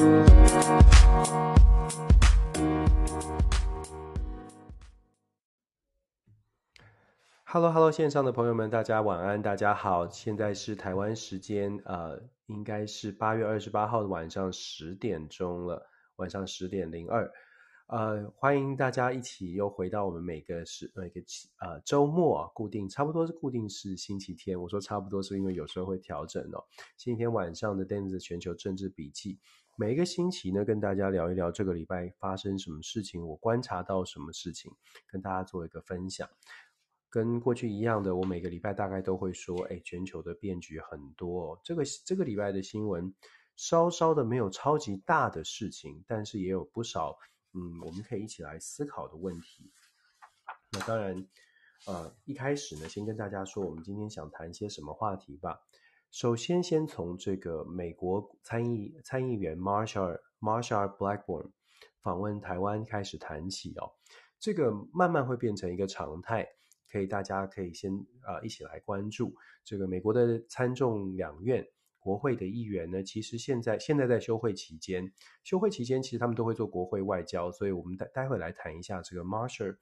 Hello， 线上的朋友们，大家晚安，大家好，现在是台湾时间，应该是8月28号的晚上10点钟了，晚上10点02，欢迎大家一起又回到我们每个周末差不多是固定是星期天，我说差不多是因为有时候会调整哦，星期天晚上的 Dennis 全球政治笔记，每一个星期呢跟大家聊一聊这个礼拜发生什么事情，我观察到什么事情，跟大家做一个分享。跟过去一样的，我每个礼拜大概都会说，全球的变局很多哦。这个礼拜的新闻稍稍的没有超级大的事情，但是也有不少我们可以一起来思考的问题。那当然一开始呢，先跟大家说我们今天想谈些什么话题吧。首先从这个美国参议员 Marsha Blackburn 访问台湾开始谈起哦。这个慢慢会变成一个常态，大家可以先一起来关注这个美国的参众两院国会的议员呢，其实现在在休会期间其实他们都会做国会外交，所以我们待会来谈一下这个 Marsha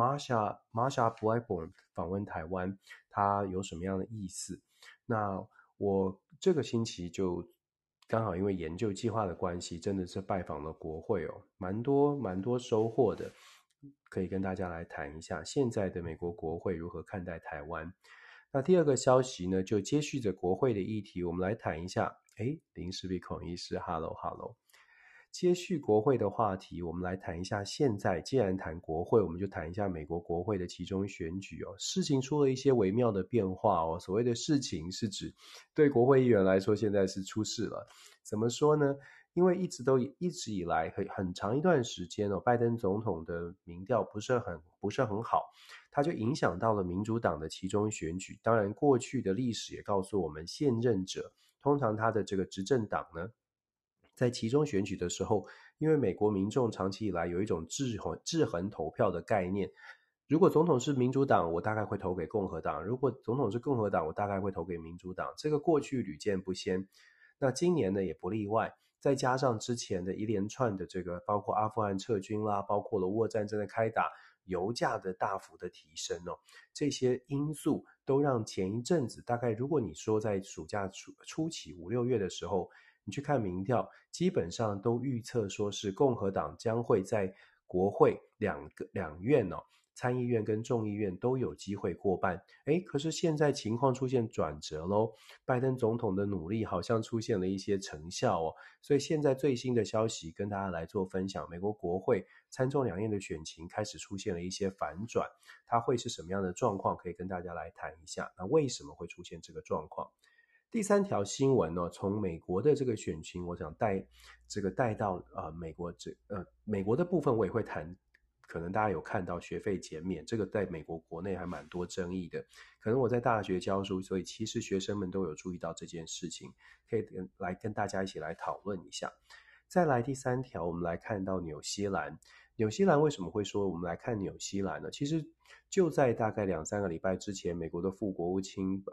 Blackburn 访问台湾它有什么样的意思。那我这个星期就刚好因为研究计划的关系，真的是拜访了国会哦，蛮多收获的，可以跟大家来谈一下现在的美国国会如何看待台湾。那第二个消息呢，就接续着国会的议题，我们来谈一下林氏璧孔医师 Hello， 接续国会的话题，我们来谈一下现在既然谈国会，我们就谈一下美国国会的期中选举哦。事情出了一些微妙的变化哦，所谓的事情是指对国会议员来说现在是出事了。怎么说呢？因为一直以来很长一段时间哦，拜登总统的民调不是很好，它就影响到了民主党的期中选举。当然过去的历史也告诉我们，现任者通常他的这个执政党呢，在期中选举的时候，因为美国民众长期以来有一种制衡投票的概念，如果总统是民主党，我大概会投给共和党；如果总统是共和党，我大概会投给民主党。这个过去屡见不鲜，那今年呢也不例外。再加上之前的一连串的这个包括阿富汗撤军啦，包括了俄乌战争的开打，油价的大幅的提升哦，这些因素都让前一阵子大概如果你说在暑假初期5、6月的时候，你去看民调，基本上都预测说是共和党将会在国会两院哦，参议院跟众议院都有机会过半。可是现在情况出现转折咯，拜登总统的努力好像出现了一些成效哦，所以现在最新的消息跟大家来做分享，美国国会参众两院的选情开始出现了一些反转，它会是什么样的状况，可以跟大家来谈一下。那为什么会出现这个状况？第三条新闻呢，从美国的这个选情，我想带到美国的部分我也会谈，可能大家有看到学费减免，这个在美国国内还蛮多争议的，可能我在大学教书，所以其实学生们都有注意到这件事情，可以跟大家一起来讨论一下。再来第三条，我们来看到纽西兰为什么会说我们来看纽西兰呢？其实就在大概2-3个礼拜之前，美国的副国务卿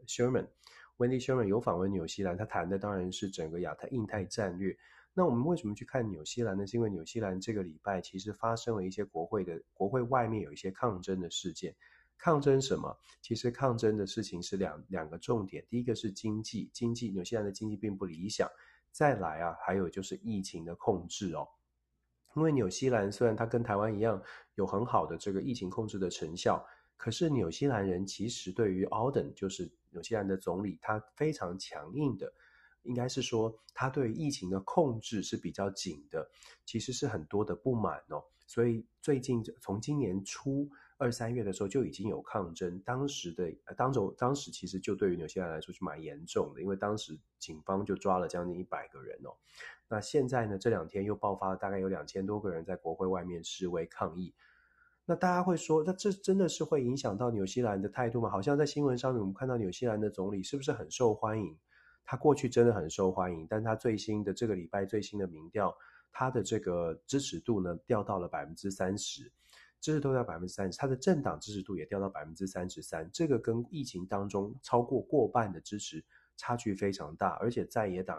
Wendy Sherman 有访问纽西兰，他谈的当然是整个印太战略。那我们为什么去看纽西兰呢？是因为纽西兰这个礼拜其实发生了一些国会外面有一些抗争的事件。抗争什么？其实抗争的事情是两个重点，第一个是经济，纽西兰的经济并不理想。再来还有就是疫情的控制哦。因为纽西兰虽然它跟台湾一样有很好的这个疫情控制的成效，可是纽西兰人其实对于 Ardern 就是纽西兰的总理，他非常强硬的，应该是说他对疫情的控制是比较紧的，其实是很多的不满哦。所以最近从今年初2、3月的时候就已经有抗争，当时其实就对于纽西兰来说是蛮严重的，因为当时警方就抓了将近100个人哦。那现在呢，这2天又爆发了大概有2000多个人在国会外面示威抗议。那大家会说，那这真的是会影响到纽西兰的态度吗？好像在新闻上面我们看到纽西兰的总理是不是很受欢迎？他过去真的很受欢迎，但他这个礼拜最新的民调，他的这个支持度呢掉到了30%，支持度掉30%，他的政党支持度也掉到33%，这个跟疫情当中超过过半的支持差距非常大，而且在野党也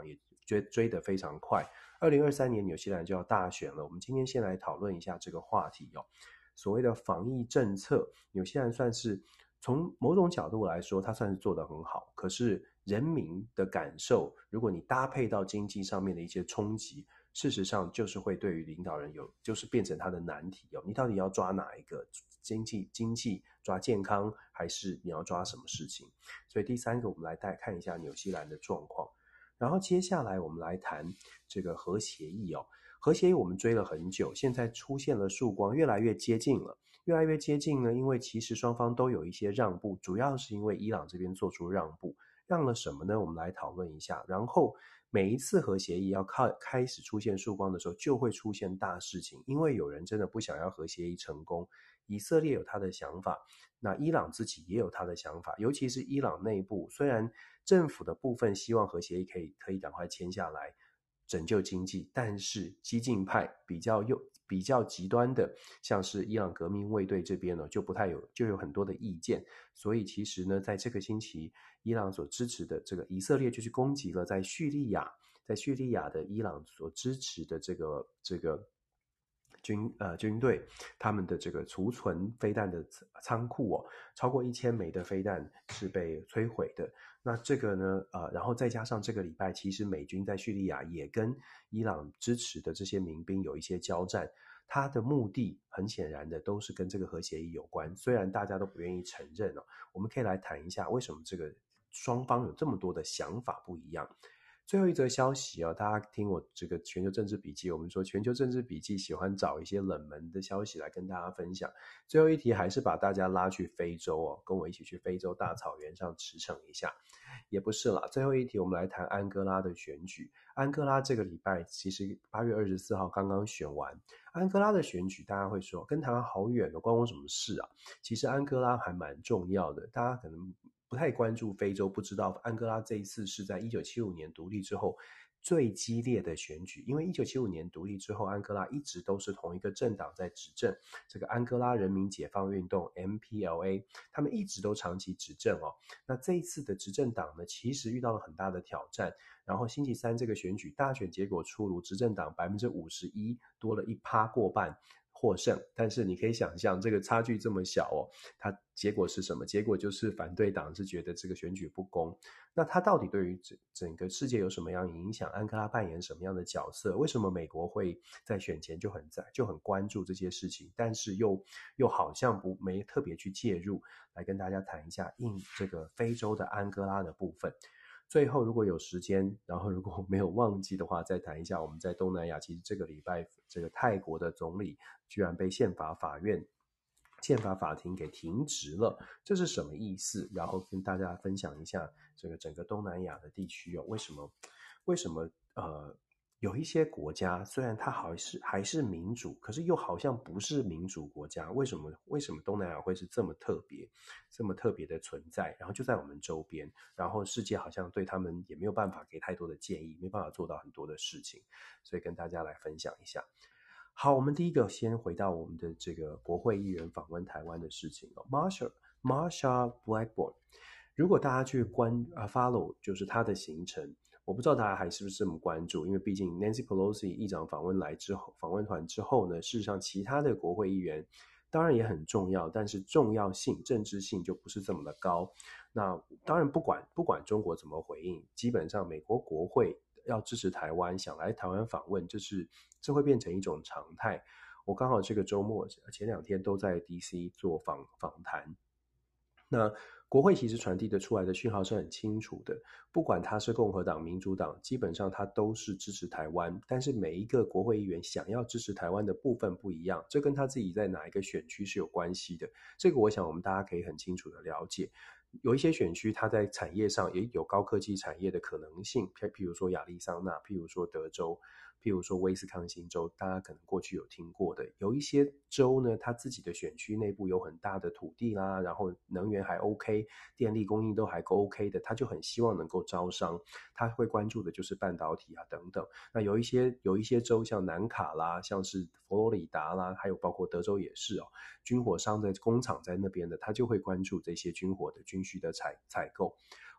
追得非常快。2023年纽西兰就要大选了，我们今天先来讨论一下这个话题哦。所谓的防疫政策，纽西兰算是从某种角度来说，它算是做得很好。可是人民的感受，如果你搭配到经济上面的一些冲击，事实上就是会对于领导人就是变成他的难题哦。你到底要抓哪一个？经济抓健康，还是你要抓什么事情？所以第三个，我们来看一下纽西兰的状况。然后接下来我们来谈这个核协议哦。核协议我们追了很久，现在出现了曙光，越来越接近了。越来越接近呢，因为其实双方都有一些让步，主要是因为伊朗这边做出让步。让了什么呢？我们来讨论一下。然后每一次核协议要开始出现曙光的时候，就会出现大事情，因为有人真的不想要核协议成功。以色列有他的想法，那伊朗自己也有他的想法，尤其是伊朗内部，虽然政府的部分希望核协议可以赶快签下来拯救经济，但是激进派比较极端的，像是伊朗革命卫队这边呢，就有很多的意见。所以其实呢，在这个星期，伊朗所支持的这个以色列就去攻击了在叙利亚的伊朗所支持的这个军队他们的这个储存飞弹的仓库哦，超过1000枚的飞弹是被摧毁的。那这个呢然后再加上这个礼拜，其实美军在叙利亚也跟伊朗支持的这些民兵有一些交战，它的目的很显然的都是跟这个核协议有关，虽然大家都不愿意承认哦。我们可以来谈一下为什么这个双方有这么多的想法不一样。最后一则消息啊，大家听我这个全球政治笔记，我们说全球政治笔记喜欢找一些冷门的消息来跟大家分享。最后一题还是把大家拉去非洲哦，跟我一起去非洲大草原上驰骋一下。也不是啦，最后一题我们来谈安哥拉的选举。安哥拉这个礼拜其实8月24号刚刚选完。安哥拉的选举大家会说跟台湾好远哦，关我什么事啊？其实安哥拉还蛮重要的，大家可能不太关注非洲，不知道安哥拉这一次是在1975年独立之后最激烈的选举。因为1975年独立之后，安哥拉一直都是同一个政党在执政，这个安哥拉人民解放运动 MPLA 他们一直都长期执政哦。那这一次的执政党呢，其实遇到了很大的挑战。然后星期三这个选举大选结果出炉，执政党51%多了1%过半获胜。但是你可以想象这个差距这么小哦，它结果是什么？结果就是反对党是觉得这个选举不公。那它到底对于整个世界有什么样的影响？安哥拉扮演什么样的角色？为什么美国会在选前就很关注这些事情，但是又好像没特别去介入？来跟大家谈一下这个非洲的安哥拉的部分。最后如果有时间，然后如果没有忘记的话，再谈一下我们在东南亚，其实这个礼拜这个泰国的总理居然被宪法法庭给停职了，这是什么意思？然后跟大家分享一下这个整个东南亚的地区哦，为什么有一些国家虽然它还是民主，可是又好像不是民主国家，为什么东南亚会是这么特别的存在？然后就在我们周边，然后世界好像对他们也没有办法给太多的建议，没办法做到很多的事情，所以跟大家来分享一下。好，我们第一个先回到我们的这个国会议员访问台湾的事情哦。Marsha Blackburn， 如果大家去follow 就是他的行程，我不知道大家还是不是这么关注，因为毕竟 Nancy Pelosi 议长访问团之后呢，事实上其他的国会议员当然也很重要，但是重要性政治性就不是这么的高。那当然不管中国怎么回应，基本上美国国会要支持台湾，想来台湾访问，这会变成一种常态。我刚好这个周末前2天都在 DC 做访谈。那国会其实传递的出来的讯号是很清楚的，不管他是共和党、民主党，基本上他都是支持台湾，但是每一个国会议员想要支持台湾的部分不一样，这跟他自己在哪一个选区是有关系的。这个我想我们大家可以很清楚的了解。有一些选区它在产业上也有高科技产业的可能性，譬如说亚利桑那，譬如说德州，譬如说威斯康星州，大家可能过去有听过的。有一些州呢，它自己的选区内部有很大的土地啦，然后能源还 OK， 电力供应都还够 OK 的，他就很希望能够招商，他会关注的就是半导体啊等等。那有一些州像南卡啦，像是佛罗里达啦，还有包括德州也是哦，军火商的工厂在那边的，他就会关注这些军火的军需的采购。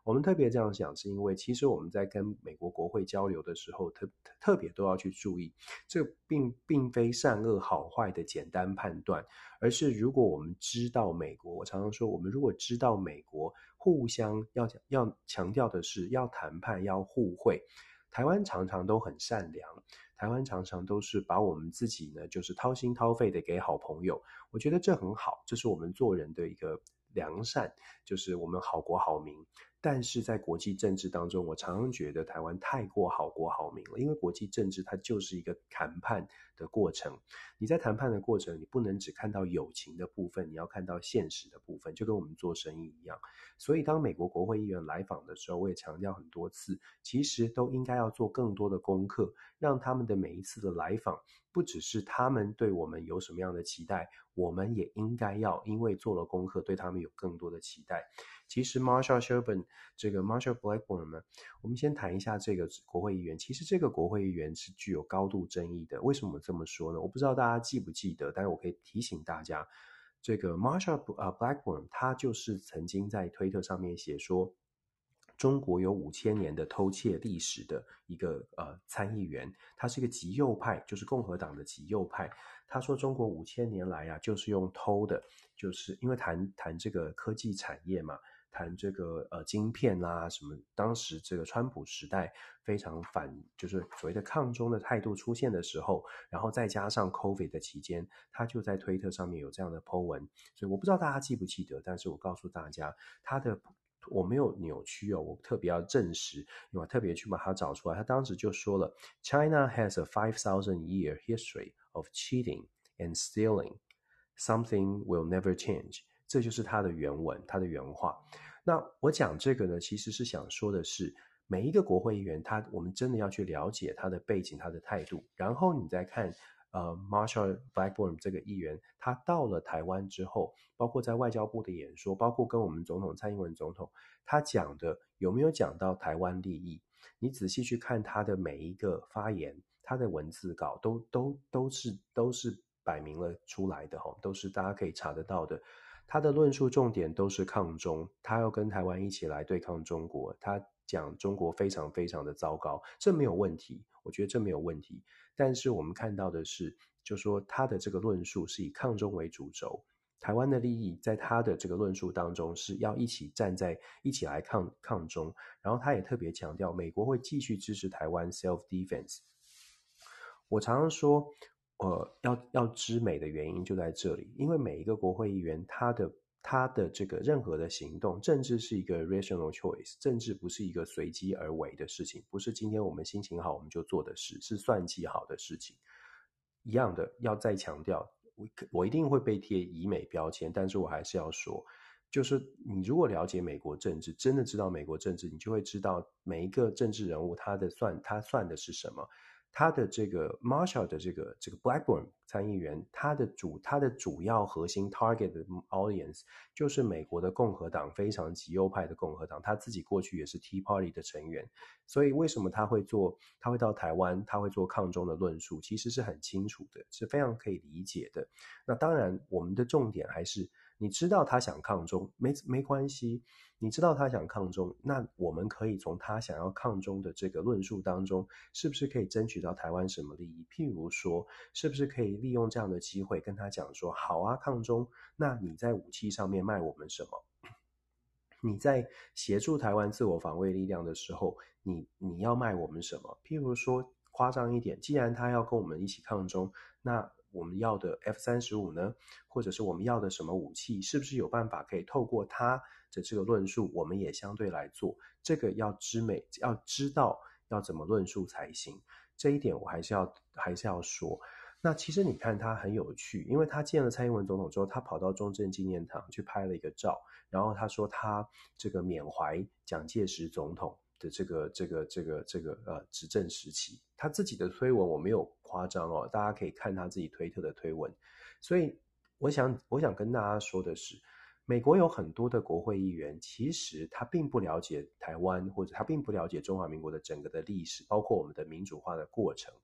我们特别这样想，是因为其实我们在跟美国国会交流的时候，特别都要去注意，这并非善恶好坏的简单判断，而是如果我们知道美国，我常常说，我们如果知道美国互相要强调的是要谈判要互惠，台湾常常都很善良，台湾常常都是把我们自己呢，就是掏心掏肺的给好朋友，我觉得这很好，这是我们做人的一个良善，就是我们好国好民。但是在国际政治当中，我常常觉得台湾太过好国好民了，因为国际政治它就是一个谈判的过程。你在谈判的过程，你不能只看到友情的部分，你要看到现实的部分，就跟我们做生意一样。所以当美国国会议员来访的时候，我也强调很多次，其实都应该要做更多的功课，让他们的每一次的来访，不只是他们对我们有什么样的期待，我们也应该要因为做了功课，对他们有更多的期待。其实 Marshall Sherburne 这个 Marshall Blackburn 呢，我们先谈一下这个国会议员。其实这个国会议员是具有高度争议的。为什么这么说呢？我不知道大家记不记得，但是我可以提醒大家，这个 Marshall Blackburn 他就是曾经在推特上面写说，中国有5000年的偷窃历史的一个参议员，他是一个极右派，就是共和党的极右派。他说中国5000年来啊，就是用偷的，就是因为谈这个科技产业嘛，谈这个晶片啦什么，当时这个川普时代非常反，就是所谓的抗中的态度出现的时候，然后再加上 COVID 的期间，他就在推特上面有这样的 po 文，所以我不知道大家记不记得，但是我告诉大家，他的我没有扭曲哦，我特别要证实，因为我特别去把它找出来。他当时就说了 ，China has a 5,000-year history of cheating and stealing. Something will never change. 这就是他的原文，他的原话。那我讲这个呢，其实是想说的是，每一个国会议员，我们真的要去了解他的背景、他的态度，然后你再看Marshall Blackburn 这个议员，他到了台湾之后，包括在外交部的演说，包括跟我们总统蔡英文总统，他讲的有没有讲到台湾利益？你仔细去看他的每一个发言，他的文字稿都是摆明了出来的，都是大家可以查得到的。他的论述重点都是抗中，他要跟台湾一起来对抗中国，他讲中国非常非常的糟糕，这没有问题，我觉得这没有问题。但是我们看到的是，就说他的这个论述是以抗中为主轴，台湾的利益在他的这个论述当中是要一起来抗中，然后他也特别强调美国会继续支持台湾 self defense。我常常说，要知美的原因就在这里，因为每一个国会议员他的这个任何的行动，政治是一个 rational choice， 政治不是一个随机而为的事情，不是今天我们心情好我们就做的事，是算计好的事情。一样的，要再强调，我一定会被贴以美标签，但是我还是要说，就是你如果了解美国政治，真的知道美国政治，你就会知道每一个政治人物他算的是什么。他的这个 Marshall 的这个 Blackburn 参议员，他的主要核心 target 的 audience 就是美国的共和党，非常极右派的共和党，他自己过去也是 Tea Party 的成员，所以为什么他会到台湾，他会做抗中的论述，其实是很清楚的，是非常可以理解的。那当然，我们的重点还是你知道他想抗中，没关系。你知道他想抗中，那我们可以从他想要抗中的这个论述当中，是不是可以争取到台湾什么利益？譬如说，是不是可以利用这样的机会跟他讲说，好啊，抗中，那你在武器上面卖我们什么？你在协助台湾自我防卫力量的时候，你要卖我们什么？譬如说，夸张一点，既然他要跟我们一起抗中，那我们要的 F-35呢？或者是我们要的什么武器？是不是有办法可以透过他的这个论述，我们也相对来做？这个要知道要怎么论述才行。这一点我还是要说。那其实你看他很有趣，因为他见了蔡英文总统之后，他跑到中正纪念堂去拍了一个照，然后他说他这个缅怀蒋介石总统的这个执政时期，他自己的推文我没有夸张哦，大家可以看他自己推特的推文。所以我想跟大家说的是，美国有很多的国会议员，其实他并不了解台湾，或者他并不了解中华民国的整个的历史，包括我们的民主化的过程。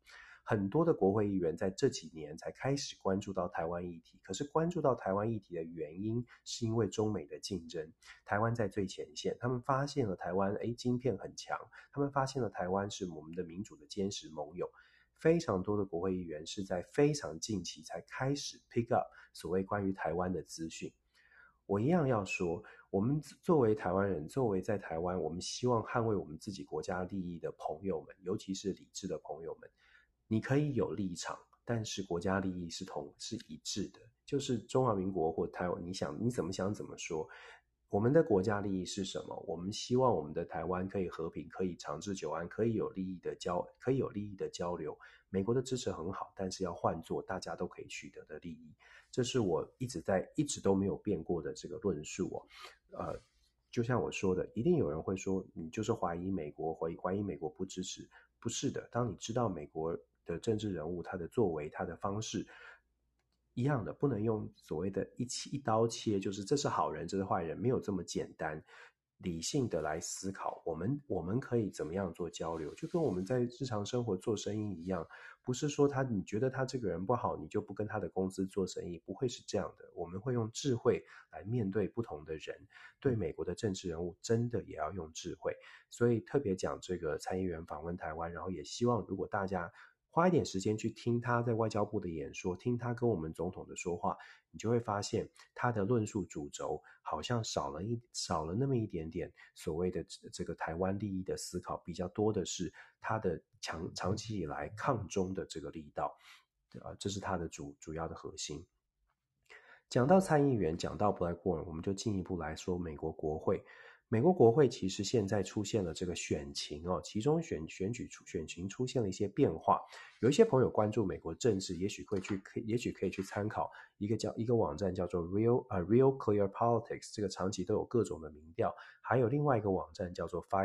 很多的国会议员在这几年才开始关注到台湾议题，可是关注到台湾议题的原因是因为中美的竞争，台湾在最前线，他们发现了台湾晶片很强，他们发现了台湾是我们的民主的坚实盟友。非常多的国会议员是在非常近期才开始 pick up 所谓关于台湾的资讯。我一样要说，我们作为台湾人，作为在台湾我们希望捍卫我们自己国家利益的朋友们，尤其是理智的朋友们，你可以有立场，但是国家利益是一致的，就是中华民国或台湾，你怎么想怎么说。我们的国家利益是什么？我们希望我们的台湾可以和平，可以长治久安，可以有利益的交流。美国的支持很好，但是要换作大家都可以取得的利益，这是我一直都没有变过的这个论述哦。就像我说的，一定有人会说你就是怀疑美国，怀疑美国不支持。不是的，当你知道美国的政治人物他的作为，他的方式一样的，不能用所谓的一刀切，就是这是好人，这是坏人，没有这么简单。理性的来思考，我们可以怎么样做交流，就跟我们在日常生活做生意一样，不是说你觉得他这个人不好，你就不跟他的公司做生意，不会是这样的。我们会用智慧来面对不同的人，对美国的政治人物真的也要用智慧。所以特别讲这个参议员访问台湾，然后也希望如果大家花一点时间去听他在外交部的演说，听他跟我们总统的说话，你就会发现他的论述主轴好像少了那么一点点所谓的这个台湾利益的思考，比较多的是他的长期以来抗中的这个力道，这是他的主要的核心。讲到参议员，讲到 Blackburn， 我们就进一步来说美国国会。美国国会其实现在出现了这个选情哦，其中选情出现了一些变化。有一些朋友关注美国政治，也许可以去参考一个网站叫做 Real Clear Politics， 这个长期都有各种的民调。还有另外一个网站叫做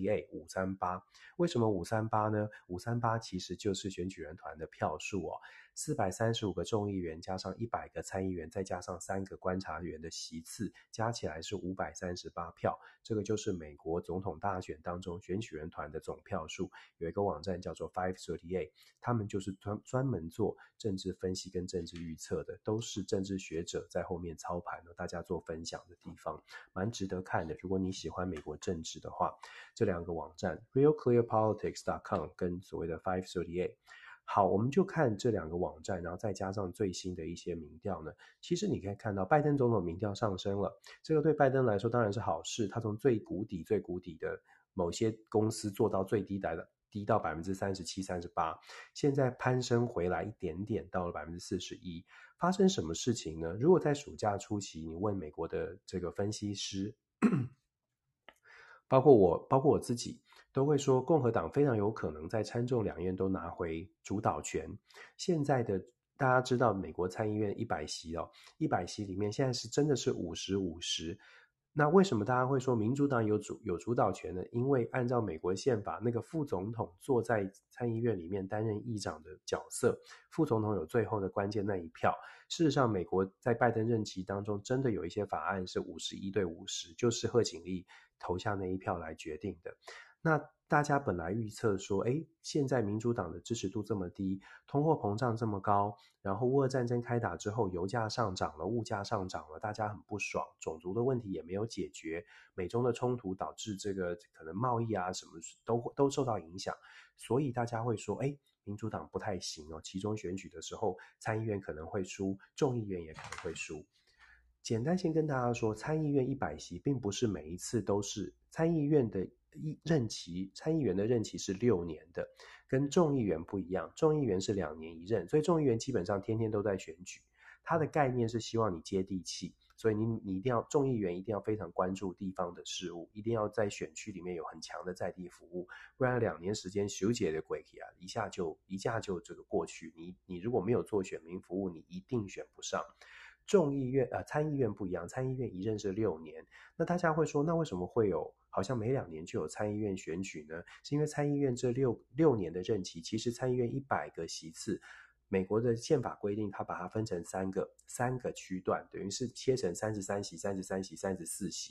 538。为什么538呢？538其实就是选举人团的票数哦。435个众议员加上100个参议员，再加上3个观察员的席次，加起来是538票。这个就是美国总统大选当中选举人团的总票数。有一个网站叫做538，他们就是专门做政治分析跟政治预测的，都是政治学者在后面操盘的，大家做分享的地方，蛮值得看的。如果你喜欢美国政治的话，这两个网站 realclearpolitics.com 跟所谓的538。好，我们就看这两个网站，然后再加上最新的一些民调呢，其实你可以看到拜登总统民调上升了，这个对拜登来说当然是好事，他从最谷底的某些公司做到最低到 37%、38%， 现在攀升回来一点点到了 41%。 发生什么事情呢？如果在暑假初期你问美国的这个分析师包括我自己都会说，共和党非常有可能在参众两院都拿回主导权。现在的大家知道，美国参议院100席100席里面现在是真的是50-50。那为什么大家会说民主党有主导权呢？因为按照美国宪法，那个副总统坐在参议院里面担任议长的角色，副总统有最后的关键那一票。事实上，美国在拜登任期当中真的有一些法案是51-50，就是贺锦丽投下那一票来决定的。那大家本来预测说，现在民主党的支持度这么低，通货膨胀这么高，然后乌俄战争开打之后，油价上涨了，物价上涨了，大家很不爽，种族的问题也没有解决，美中的冲突导致这个可能贸易啊什么都受到影响，所以大家会说，民主党不太行哦，其中选举的时候参议院可能会输，众议院也可能会输。简单先跟大家说，参议院100席并不是每一次都是参议院的参议员的任期是6年的，跟众议员不一样，众议员是2年1任，所以众议员基本上天天都在选举。它的概念是希望你接地气，所以你一定要众议员一定要非常关注地方的事务，一定要在选区里面有很强的在地服务，不然2年时间修结的鬼啊，一下就这个过去，你如果没有做选民服务，你一定选不上。参议院不一样，参议院1任是6年。那大家会说，那为什么会有好像每2年就有参议院选举呢？是因为参议院这六年的任期，其实参议院100个席次，美国的宪法规定它把它分成三个区段，等于是切成33席、33席、34席。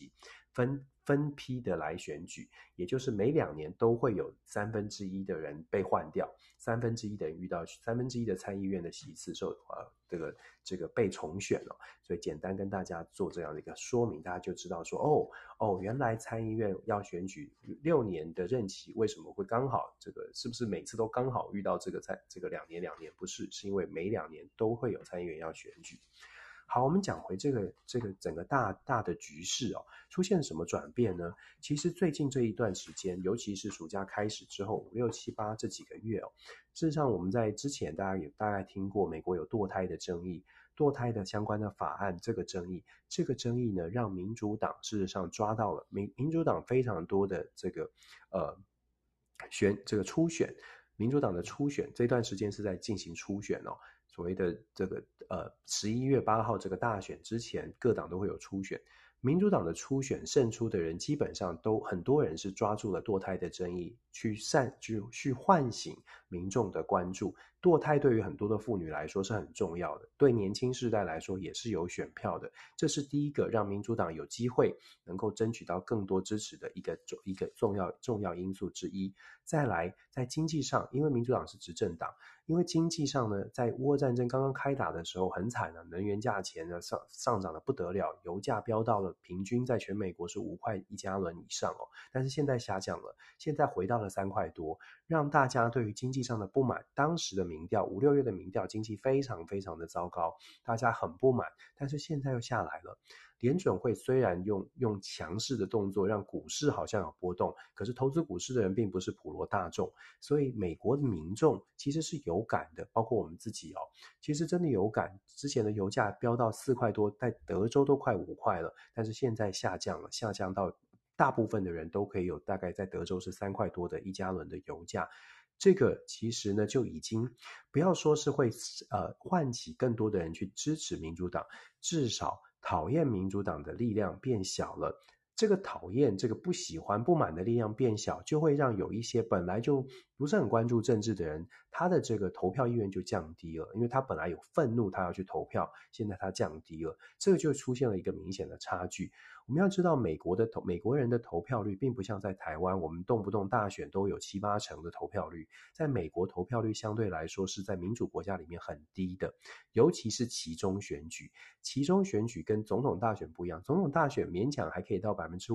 分批的来选举，也就是每2年都会有1/3的人被换掉，1/3的人遇到1/3的参议院的席次这个被重选了。所以简单跟大家做这样的一个说明，大家就知道说原来参议院要选举6年的任期，为什么会刚好这个是不是每次都刚好遇到这个2年2年？不是，是因为每2年都会有参议员要选举。好，我们讲回这个整个大的局势出现什么转变呢？其实最近这一段时间，尤其是暑假开始之后，5、6、7、8这几个月事实上我们在之前大家也大概听过美国有堕胎的争议，堕胎的相关的法案这个争议呢，让民主党事实上抓到了民主党非常多的这个初选，民主党的初选这段时间是在进行初选所谓的这个11月8号这个大选之前，各党都会有初选。民主党的初选胜出的人，基本上很多人是抓住了堕胎的争议，去唤醒民众的关注。堕胎对于很多的妇女来说是很重要的，对年轻世代来说也是有选票的。这是第一个让民主党有机会能够争取到更多支持的一个重要因素之一。再来，在经济上，因为民主党是执政党，因为经济上呢，在乌俄战争刚刚开打的时候很惨能源价钱呢上涨的不得了，油价飙到了平均在全美国是5块1加仑以上但是现在下降了，现在回到了3块多，让大家对于经济上的不满。当时的民调5、6月的民调经济非常非常的糟糕，大家很不满，但是现在又下来了。联准会虽然用强势的动作让股市好像有波动，可是投资股市的人并不是普罗大众，所以美国的民众其实是有感的，包括我们自己其实真的有感。之前的油价飙到4块多，在德州都快5块了，但是现在下降了，下降到大部分的人都可以有大概在德州是3块多的1加仑的油价。这个其实呢就已经不要说是会唤起更多的人去支持民主党，至少讨厌民主党的力量变小了。这个讨厌、这个不喜欢、不满的力量变小，就会让有一些本来就不是很关注政治的人，他的这个投票意愿就降低了，因为他本来有愤怒，他要去投票，现在他降低了，这个就出现了一个明显的差距。我们要知道美国人的投票率并不像在台湾，我们动不动大选都有7、8成的投票率，在美国投票率相对来说是在民主国家里面很低的，尤其是期中选举。期中选举跟总统大选不一样，总统大选勉强还可以到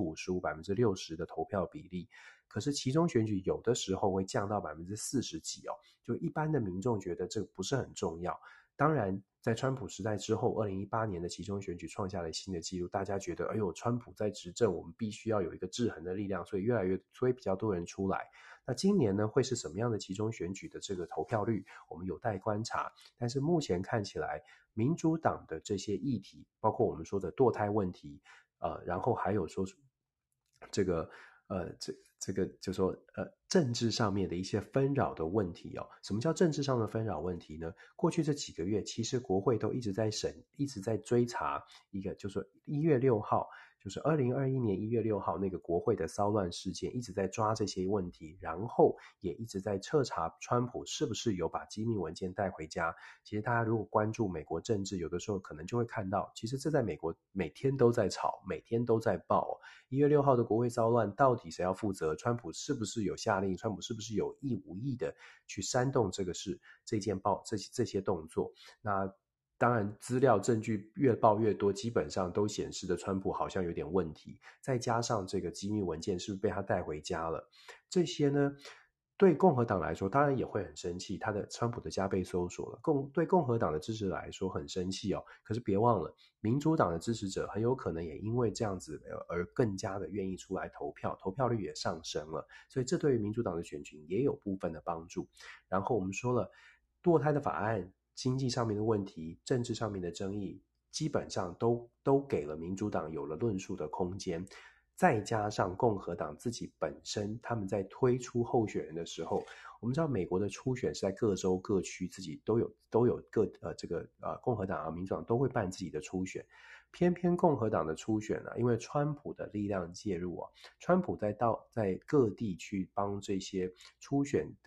55%、60%的投票比例，可是期中选举有的时候会降到40%几就一般的民众觉得这个不是很重要。当然在川普时代之后，2018年的期中选举创下了新的纪录，大家觉得川普在执政，我们必须要有一个制衡的力量，所以比较多人出来。那今年呢会是什么样的期中选举的这个投票率，我们有待观察。但是目前看起来，民主党的这些议题，包括我们说的堕胎问题，然后还有说这个就说政治上面的一些纷扰的问题什么叫政治上的纷扰问题呢？过去这几个月，其实国会都一直在追查一个，就是说1月6号。就是2021年1月6号那个国会的骚乱事件，一直在抓这些问题，然后也一直在彻查川普是不是有把机密文件带回家。其实大家如果关注美国政治，有的时候可能就会看到，其实这在美国每天都在吵，每天都在报1月6号的国会骚乱到底谁要负责？川普是不是有下令？川普是不是有意无意的去煽动这些动作？那当然资料证据越报越多，基本上都显示的川普好像有点问题，再加上这个机密文件是不是被他带回家了，这些呢对共和党来说当然也会很生气，川普的家被搜索了，对共和党的支持者来说很生气可是别忘了，民主党的支持者很有可能也因为这样子而更加的愿意出来投票，投票率也上升了，所以这对于民主党的选情也有部分的帮助。然后我们说了，堕胎的法案，经济上面的问题，政治上面的争议，基本上都给了民主党有了论述的空间。再加上共和党自己本身他们在推出候选人的时候，我们知道美国的初选是在各州各区自己都有共和党民主党都会办自己的初选，偏偏共和党的初选因为川普的力量介入川普在各地去帮这些初选的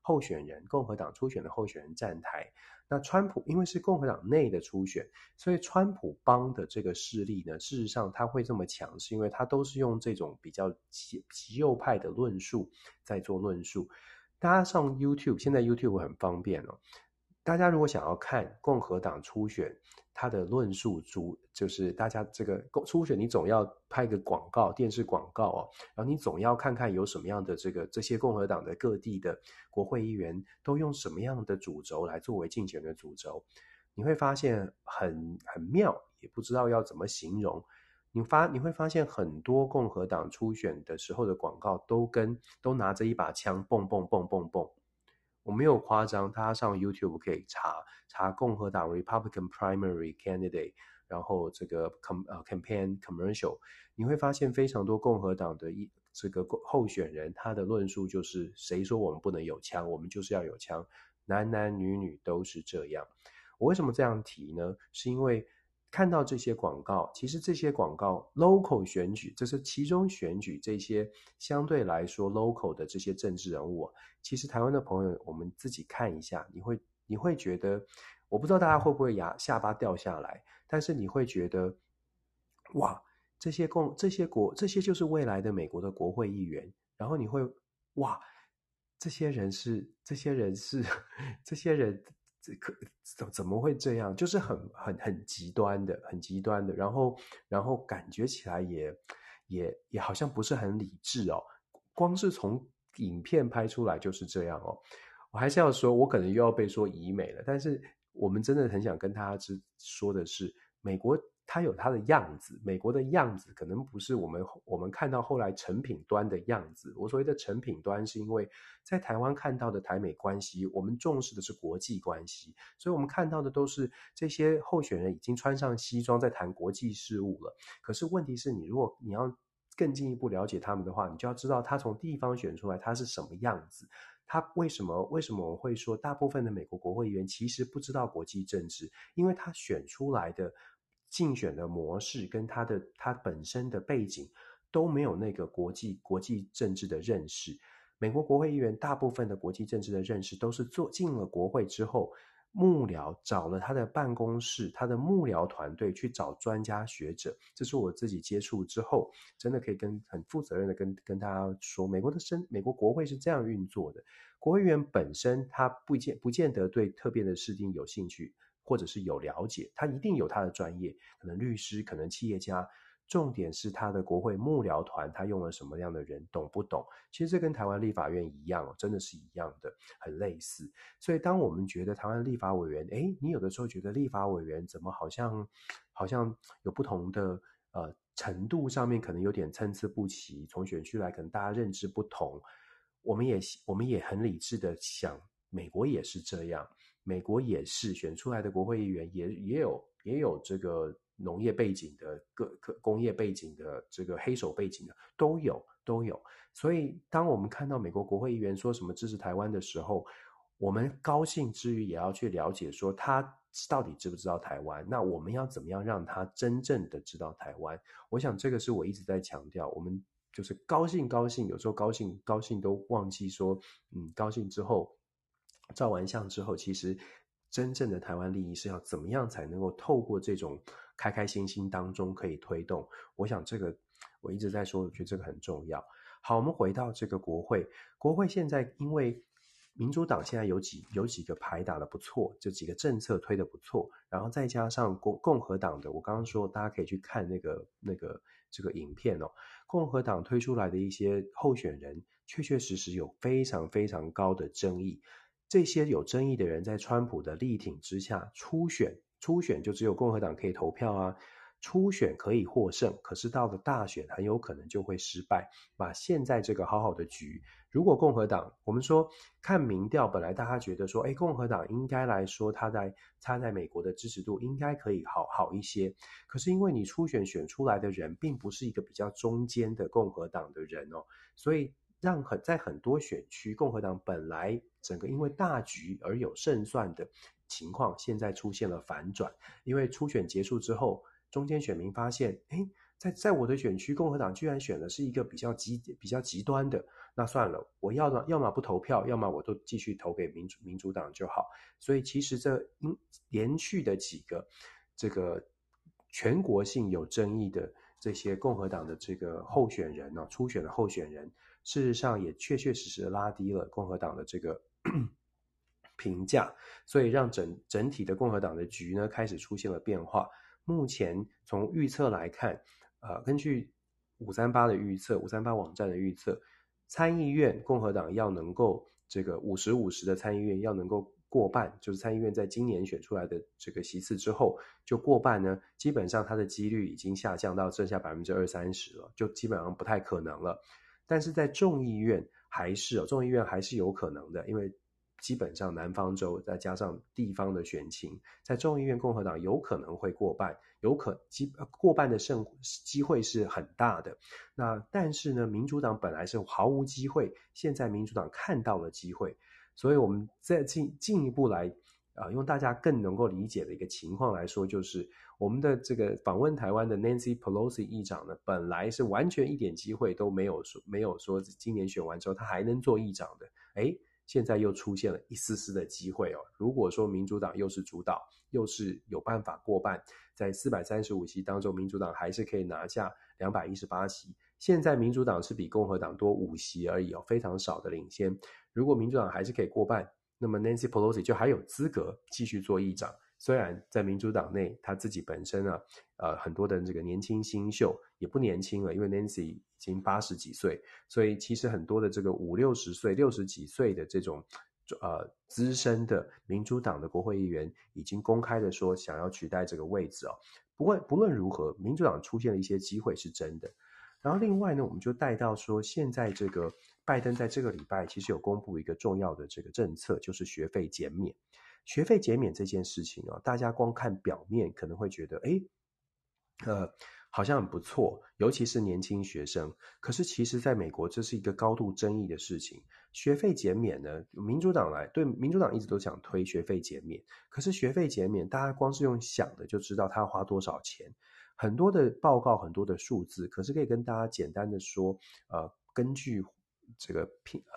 候选人，共和党初选的候选人站台。那川普因为是共和党内的初选，所以川普帮的这个势力呢，事实上他会这么强，是因为他都是用这种比较极右派的论述在做论述。大家上 YouTube， 现在 YouTube 很方便哦。大家如果想要看共和党初选，他的论述就是大家这个初选，你总要拍个广告，电视广告哦，然后你总要看看有什么样的这些共和党的各地的国会议员都用什么样的主轴来作为竞选的主轴，你会发现很妙，也不知道要怎么形容。你会发现很多共和党初选的时候的广告都拿着一把枪，蹦蹦蹦蹦蹦。我没有夸张，大家上 YouTube 可以查共和党 Republican Primary Candidate， 然后这个campaign commercial， 你会发现非常多共和党的这个候选人，他的论述就是谁说我们不能有枪，我们就是要有枪，男男女女都是这样。我为什么这样提呢？是因为看到这些广告，其实这些广告 local 选举，这是其中选举这些相对来说 local 的这些政治人物，其实台湾的朋友我们自己看一下，你会觉得，我不知道大家会不会下巴掉下来，但是你会觉得哇，这些就是未来的美国的国会议员，然后你会哇，这些人这些人怎么会这样？就是很极端的，很极端的，然后感觉起来也好像不是很理智哦。光是从影片拍出来就是这样哦。我还是要说，我可能又要被说医美了，但是我们真的很想跟大家说的是，美国它有它的样子，美国的样子可能不是我们看到后来成品端的样子。我所谓的成品端，是因为在台湾看到的台美关系，我们重视的是国际关系，所以我们看到的都是这些候选人已经穿上西装在谈国际事务了。可是问题是如果你要更进一步了解他们的话，你就要知道他从地方选出来他是什么样子。他为什么我会说大部分的美国国会议员其实不知道国际政治？因为他选出来的竞选的模式跟他本身的背景都没有那个国际政治的认识。美国国会议员大部分的国际政治的认识都是进了国会之后，幕僚找了他的办公室，他的幕僚团队去找专家学者。这是我自己接触之后真的可以很负责任的跟大家说，美国国会是这样运作的。国会议员本身他不见得对特别的事情有兴趣，或者是有了解，他一定有他的专业，可能律师，可能企业家，重点是他的国会幕僚团他用了什么样的人，懂不懂？其实这跟台湾立法院一样，真的是一样的，很类似。所以当我们觉得台湾立法委员，你有的时候觉得立法委员怎么好像有不同的程度上面可能有点参差不齐，从选区来可能大家认知不同，我们也很理智的想，美国也是这样，美国也是选出来的国会议员也有这个农业背景的，各工业背景的，这个黑手背景的都有。所以当我们看到美国国会议员说什么支持台湾的时候，我们高兴之余也要去了解说他到底知不知道台湾，那我们要怎么样让他真正的知道台湾。我想这个是我一直在强调，我们就是高兴，有时候高兴都忘记说高兴之后照完相之后，其实真正的台湾利益是要怎么样才能够透过这种开开心心当中可以推动。我想这个我一直在说，我觉得这个很重要。好，我们回到这个国会现在因为民主党现在有几个牌打得不错，就几个政策推得不错，然后再加上共和党的，我刚刚说大家可以去看那个这个影片哦，共和党推出来的一些候选人确实有非常非常高的争议。这些有争议的人在川普的力挺之下，初选就只有共和党可以投票啊，初选可以获胜，可是到了大选很有可能就会失败。把现在这个好好的局，如果共和党，我们说看民调，本来大家觉得说，共和党应该来说他在美国的支持度应该可以好一些，可是因为你初选选出来的人并不是一个比较中间的共和党的人哦，所以在很多选区，共和党本来整个因为大局而有胜算的情况，现在出现了反转。因为初选结束之后，中间选民发现， 在我的选区，共和党居然选的是一个比较极端的，那算了，我要么不投票，要么我都继续投给民主党就好。所以其实连续的几个这个全国性有争议的这些共和党的这个候选人呢，初选的候选人，事实上也确实拉低了共和党的这个评价，所以让整体的共和党的局呢开始出现了变化。目前从预测来看，根据538的预测，538网站的预测，参议院共和党要能够这个50-50的参议院要能够过半，就是参议院在今年选出来的这个席次之后就过半呢，基本上它的几率已经下降到剩下20-30%了，就基本上不太可能了。但是在众议院还是有可能的，因为基本上南方州再加上地方的选情，在众议院共和党有可能会过半，过半的机会是很大的。那但是呢，民主党本来是毫无机会，现在民主党看到了机会，所以我们再进一步来用大家更能够理解的一个情况来说，就是我们的这个访问台湾的 Nancy Pelosi 议长呢，本来是完全一点机会都没有说今年选完之后他还能做议长的，现在又出现了一丝丝的机会哦。如果说民主党又是主导，又是有办法过半，在435席当中，民主党还是可以拿下218席。现在民主党是比共和党多5席而已哦，非常少的领先。如果民主党还是可以过半，那么 Nancy Pelosi 就还有资格继续做议长。虽然在民主党内他自己本身很多的这个年轻新秀也不年轻了，因为 Nancy 已经80几岁，所以其实很多的这个50-60岁60几岁的这种资深的民主党的国会议员已经公开的说想要取代这个位置哦。不论如何，民主党出现了一些机会是真的。然后另外呢，我们就带到说，现在这个拜登在这个礼拜其实有公布一个重要的这个政策，就是学费减免。学费减免这件事情大家光看表面可能会觉得好像很不错，尤其是年轻学生。可是其实在美国这是一个高度争议的事情。学费减免呢，民主党一直都想推学费减免，可是学费减免大家光是用想的就知道他要花多少钱，很多的报告很多的数字，可是可以跟大家简单的说根据这个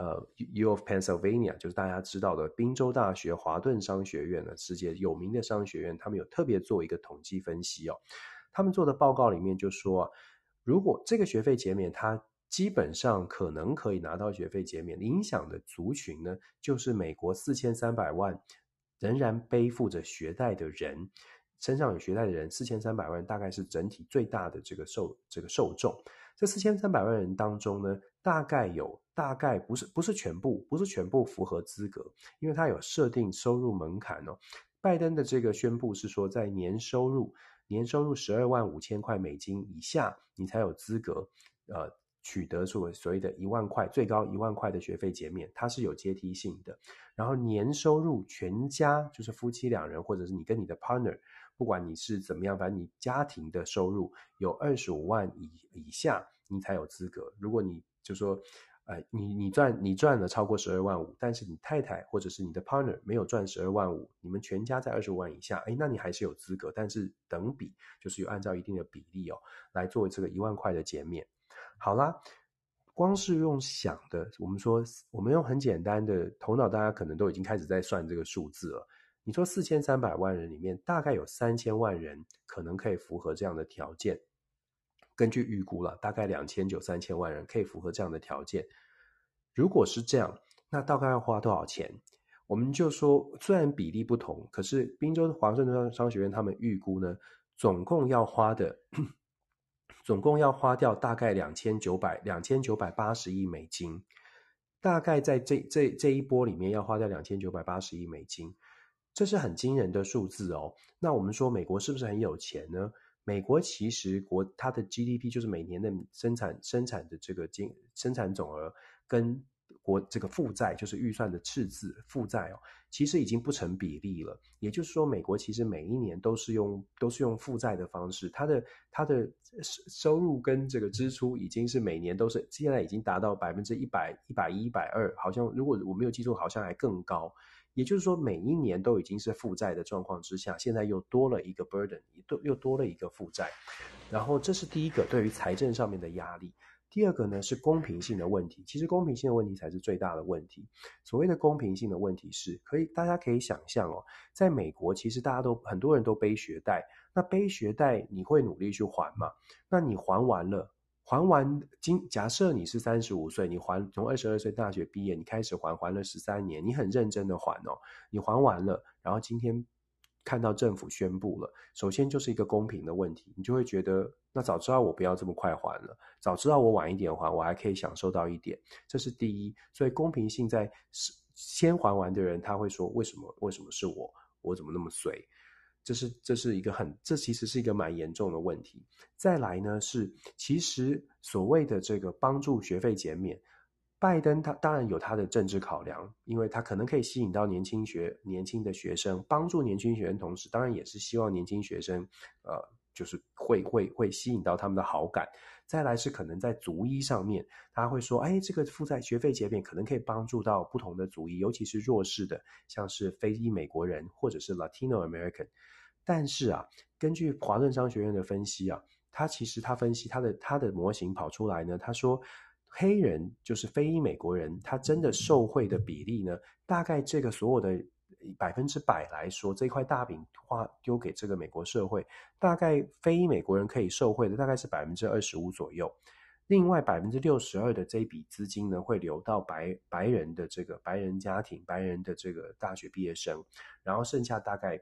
U of Pennsylvania 就是大家知道的宾州大学华顿商学院呢，世界有名的商学院，他们有特别做一个统计分析他们做的报告里面就说如果这个学费减免它基本上可能可以拿到学费减免，影响的族群呢，就是美国4300万仍然背负着学贷的人，身上有学贷的人4300万大概是整体最大的这个受众。这4300万人当中呢，大概不是全部符合资格，因为它有设定收入门槛拜登的这个宣布是说，在年收入12.5万块美金以下，你才有资格取得所谓的1万块，最高1万块的学费减免，它是有阶梯性的。然后年收入全家，就是夫妻2人，或者是你跟你的 partner， 不管你是怎么样，反正你家庭的收入有25万以下，你才有资格。如果你就说你赚了超过12.5万，但是你太太或者是你的 partner 没有赚12.5万，你们全家在25万以下，那你还是有资格，但是等比就是有按照一定的比例来做这个1万块的减免。好啦，光是用想的，我们用很简单的头脑，大家可能都已经开始在算这个数字了。你说4300万人里面，大概有3000万人可能可以符合这样的条件。根据预估了，大概2900-3000万人可以符合这样的条件。如果是这样，那大概要花多少钱？我们就说，虽然比例不同，可是宾州华盛顿商学院他们预估呢，总共要花掉大概2980亿美金，大概在这一波里面要花掉2980亿美金，这是很惊人的数字那我们说美国是不是很有钱呢？美国其实它的 GDP 就是每年的生产的这个生产总额跟这个负债，就是预算的赤字负债哦，其实已经不成比例了。也就是说，美国其实每一年都是用负债的方式，它的收入跟这个支出已经是每年都是现在已经达到100%、110、120%，好像如果我没有记错，好像还更高。也就是说，每一年都已经是负债的状况之下，现在又多了一个 burden， 又多了一个负债。然后这是第一个对于财政上面的压力。第二个呢是公平性的问题，其实公平性的问题才是最大的问题。所谓的公平性的问题是，大家可以想象哦，在美国其实很多人都背学贷，那背学贷你会努力去还嘛？那你还完了，假设你是35岁，你从22岁大学毕业，你开始还了13年，你很认真的还哦，你还完了，然后今天看到政府宣布了，首先就是一个公平的问题，你就会觉得，那早知道我不要这么快还了，早知道我晚一点还，我还可以享受到一点，这是第一。所以公平性在先还完的人，他会说为什么是我怎么那么衰？这其实是一个蛮严重的问题。再来呢是，其实所谓的这个帮助学费减免，拜登他当然有他的政治考量，因为他可能可以吸引到年轻的学生，帮助年轻学生，同时当然也是希望年轻学生，就是会吸引到他们的好感。再来是可能在族裔上面，他会说，这个学费减免可能可以帮助到不同的族裔，尤其是弱势的，像是非裔美国人或者是 Latino American。但是啊，根据华顿商学院的分析啊，他分析他的模型跑出来呢，他说黑人就是非裔美国人，他真的受惠的比例呢，大概这个所有的100%来说，这块大饼丢给这个美国社会，大概非裔美国人可以受惠的大概是25%左右。另外62%的这一笔资金呢，会流到白人的这个白人家庭、白人的这个大学毕业生，然后剩下大概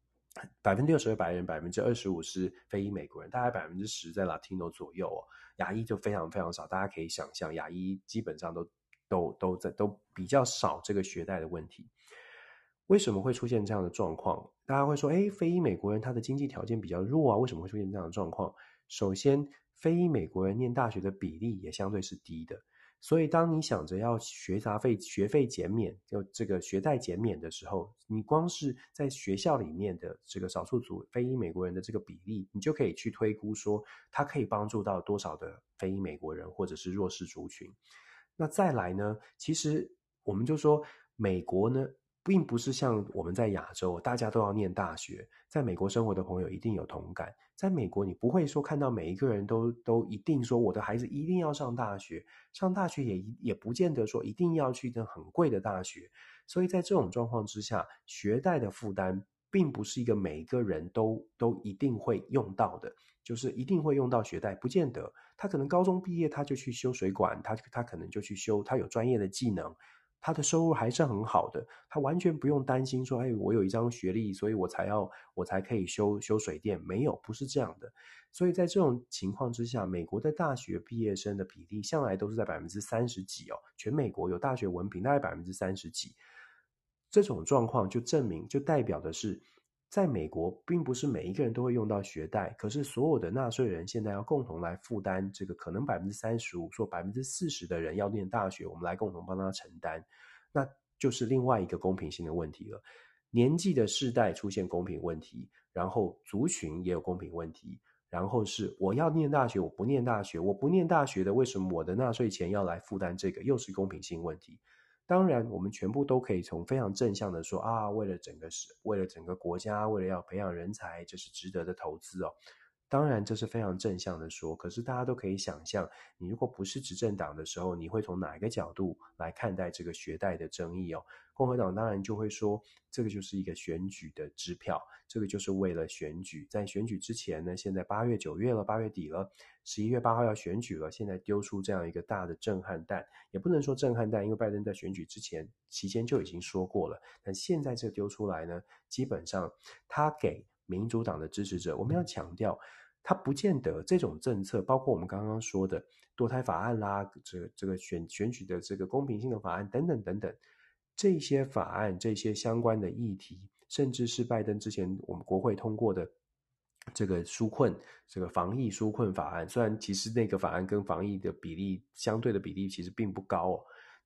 62%白人，25%是非裔美国人，大概10%在 Latino 左右哦。亚裔就非常非常少，大家可以想象，亚裔基本上都比较少这个学贷的问题。为什么会出现这样的状况？大家会说，非裔美国人他的经济条件比较弱啊，为什么会出现这样的状况？首先，非裔美国人念大学的比例也相对是低的。所以当你想着要学费减免，就这个学贷减免的时候，你光是在学校里面的这个少数族非裔美国人的这个比例，你就可以去推估说，它可以帮助到多少的非裔美国人或者是弱势族群。那再来呢，其实我们就说美国呢，并不是像我们在亚洲大家都要念大学，在美国生活的朋友一定有同感。在美国，你不会说看到每一个人都一定说我的孩子一定要上大学，上大学也不见得说一定要去一个很贵的大学。所以在这种状况之下，学贷的负担并不是一个每一个人都一定会用到的，就是一定会用到学贷，不见得。他可能高中毕业他就去修水管，他可能就去修，他有专业的技能，他的收入还是很好的，他完全不用担心说，我有一张学历，所以我才可以修水电，没有，不是这样的。所以在这种情况之下，美国的大学毕业生的比例向来都是在30%几哦，全美国有大学文凭大概30%几。这种状况就代表的是，在美国并不是每一个人都会用到学贷，可是所有的纳税人现在要共同来负担这个可能35%说40%的人要念大学，我们来共同帮他承担，那就是另外一个公平性的问题了。年纪的世代出现公平问题，然后族群也有公平问题，然后是我要念大学，我不念大学，我不念大学的，为什么我的纳税钱要来负担这个，又是公平性问题。当然，我们全部都可以从非常正向的说啊，为了整个国家，为了要培养人才，这是值得的投资哦。当然，这是非常正向的说。可是大家都可以想象，你如果不是执政党的时候，你会从哪一个角度来看待这个学贷的争议哦？共和党当然就会说，这个就是一个选举的支票，这个就是为了选举。在选举之前呢，现在8月、9月了，8月底了，11月8号要选举了，现在丢出这样一个大的震撼弹，也不能说震撼弹，因为拜登在选举期间就已经说过了，但现在这丢出来呢，基本上他给民主党的支持者，我们要强调，他不见得这种政策，包括我们刚刚说的堕胎法案啦，这个选举的这个公平性的法案等等等等，这些法案这些相关的议题，甚至是拜登之前我们国会通过的这个这个防疫纾困法案，虽然其实那个法案跟防疫的比例相对的比例其实并不高哦，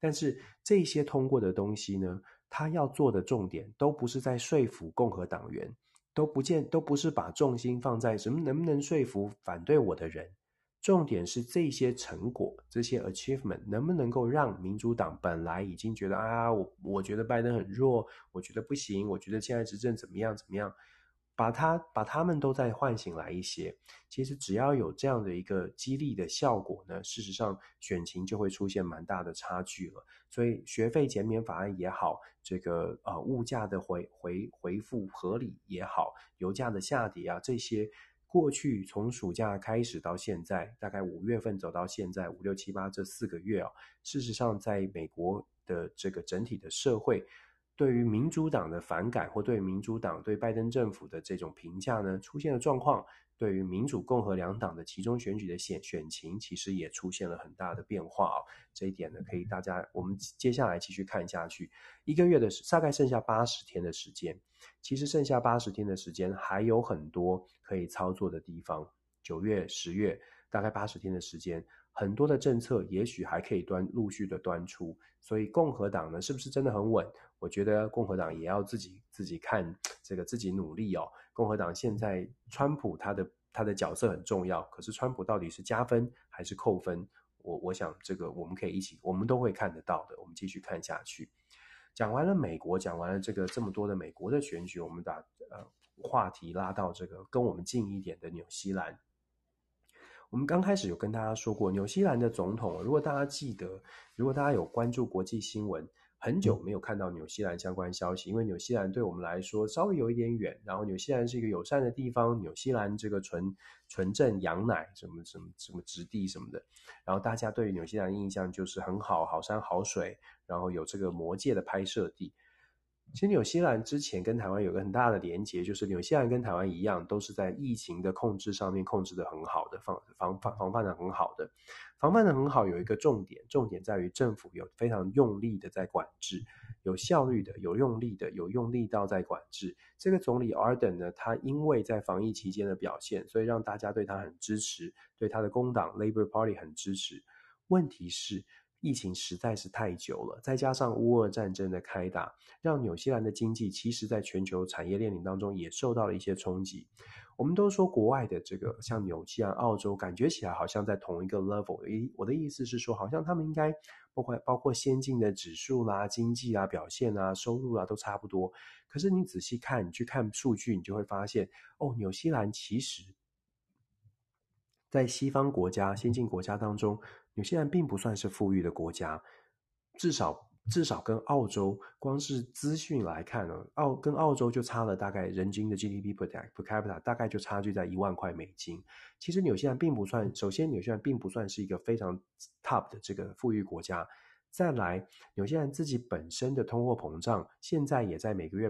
但是这些通过的东西呢，他要做的重点都不是在说服共和党员，都不是把重心放在什么能不能说服反对我的人，重点是这些成果，这些 achievement 能不能够让民主党本来已经觉得啊，我觉得拜登很弱，我觉得不行，我觉得现在执政怎么样怎么样，把他们都再唤醒来一些。其实只要有这样的一个激励的效果呢，事实上选情就会出现蛮大的差距了。所以学费减免法案也好，这个物价的回复合理也好，油价的下跌啊，这些过去从暑假开始到现在，大概5月份走到现在5、6、7、8这4个月啊，事实上在美国的这个整体的社会，对于民主党的反感或对民主党对拜登政府的这种评价呢，出现了状况。对于民主共和两党的其中选举的选情，其实也出现了很大的变化哦。这一点呢，可以我们接下来继续看下去。一个月的大概剩下80天的时间，其实剩下80天的时间还有很多可以操作的地方。9月、10月大概80天的时间，很多的政策也许还可以陆续的端出。所以共和党呢，是不是真的很稳？我觉得共和党也要自己看这个自己努力哦。共和党现在川普他的角色很重要，可是川普到底是加分还是扣分？我想这个我们可以我们都会看得到的。我们继续看下去。讲完了美国，讲完了这么多的美国的选举，我们把话题拉到这个跟我们近一点的纽西兰。我们刚开始有跟大家说过，纽西兰的总统，如果大家记得，如果大家有关注国际新闻，很久没有看到纽西兰相关消息，因为纽西兰对我们来说稍微有一点远，然后纽西兰是一个友善的地方，纽西兰这个纯正羊奶什么质地什么的，然后大家对于纽西兰的印象就是很好，好山好水，然后有这个魔戒的拍摄地。其实纽西兰之前跟台湾有个很大的连结，就是纽西兰跟台湾一样，都是在疫情的控制上面控制的很好的，防范的很好的。防范的很好有一个重点在于政府有非常用力的在管制，有效率的，有用力的，有用力到在管制。这个总理 Ardern 呢，他因为在防疫期间的表现，所以让大家对他很支持，对他的工党 Labour Party 很支持。问题是疫情实在是太久了，再加上乌俄战争的开打，让纽西兰的经济其实在全球产业链当中也受到了一些冲击。我们都说国外的这个像纽西兰、澳洲，感觉起来好像在同一个 level。我的意思是说，好像他们应该包括先进的指数啦、经济啊、表现啊、收入啊都差不多。可是你仔细看，你去看数据，你就会发现，哦，纽西兰其实在西方国家、先进国家当中，纽西兰并不算是富裕的国家，至少跟澳洲，光是资讯来看呢，跟澳洲就差了大概人均的 GDP per capita 大概就差距在$10,000。其实纽西兰并不算，首先纽西兰并不算是一个非常 top 的这个富裕国家。再来，纽西兰自己本身的通货膨胀现在也在每个月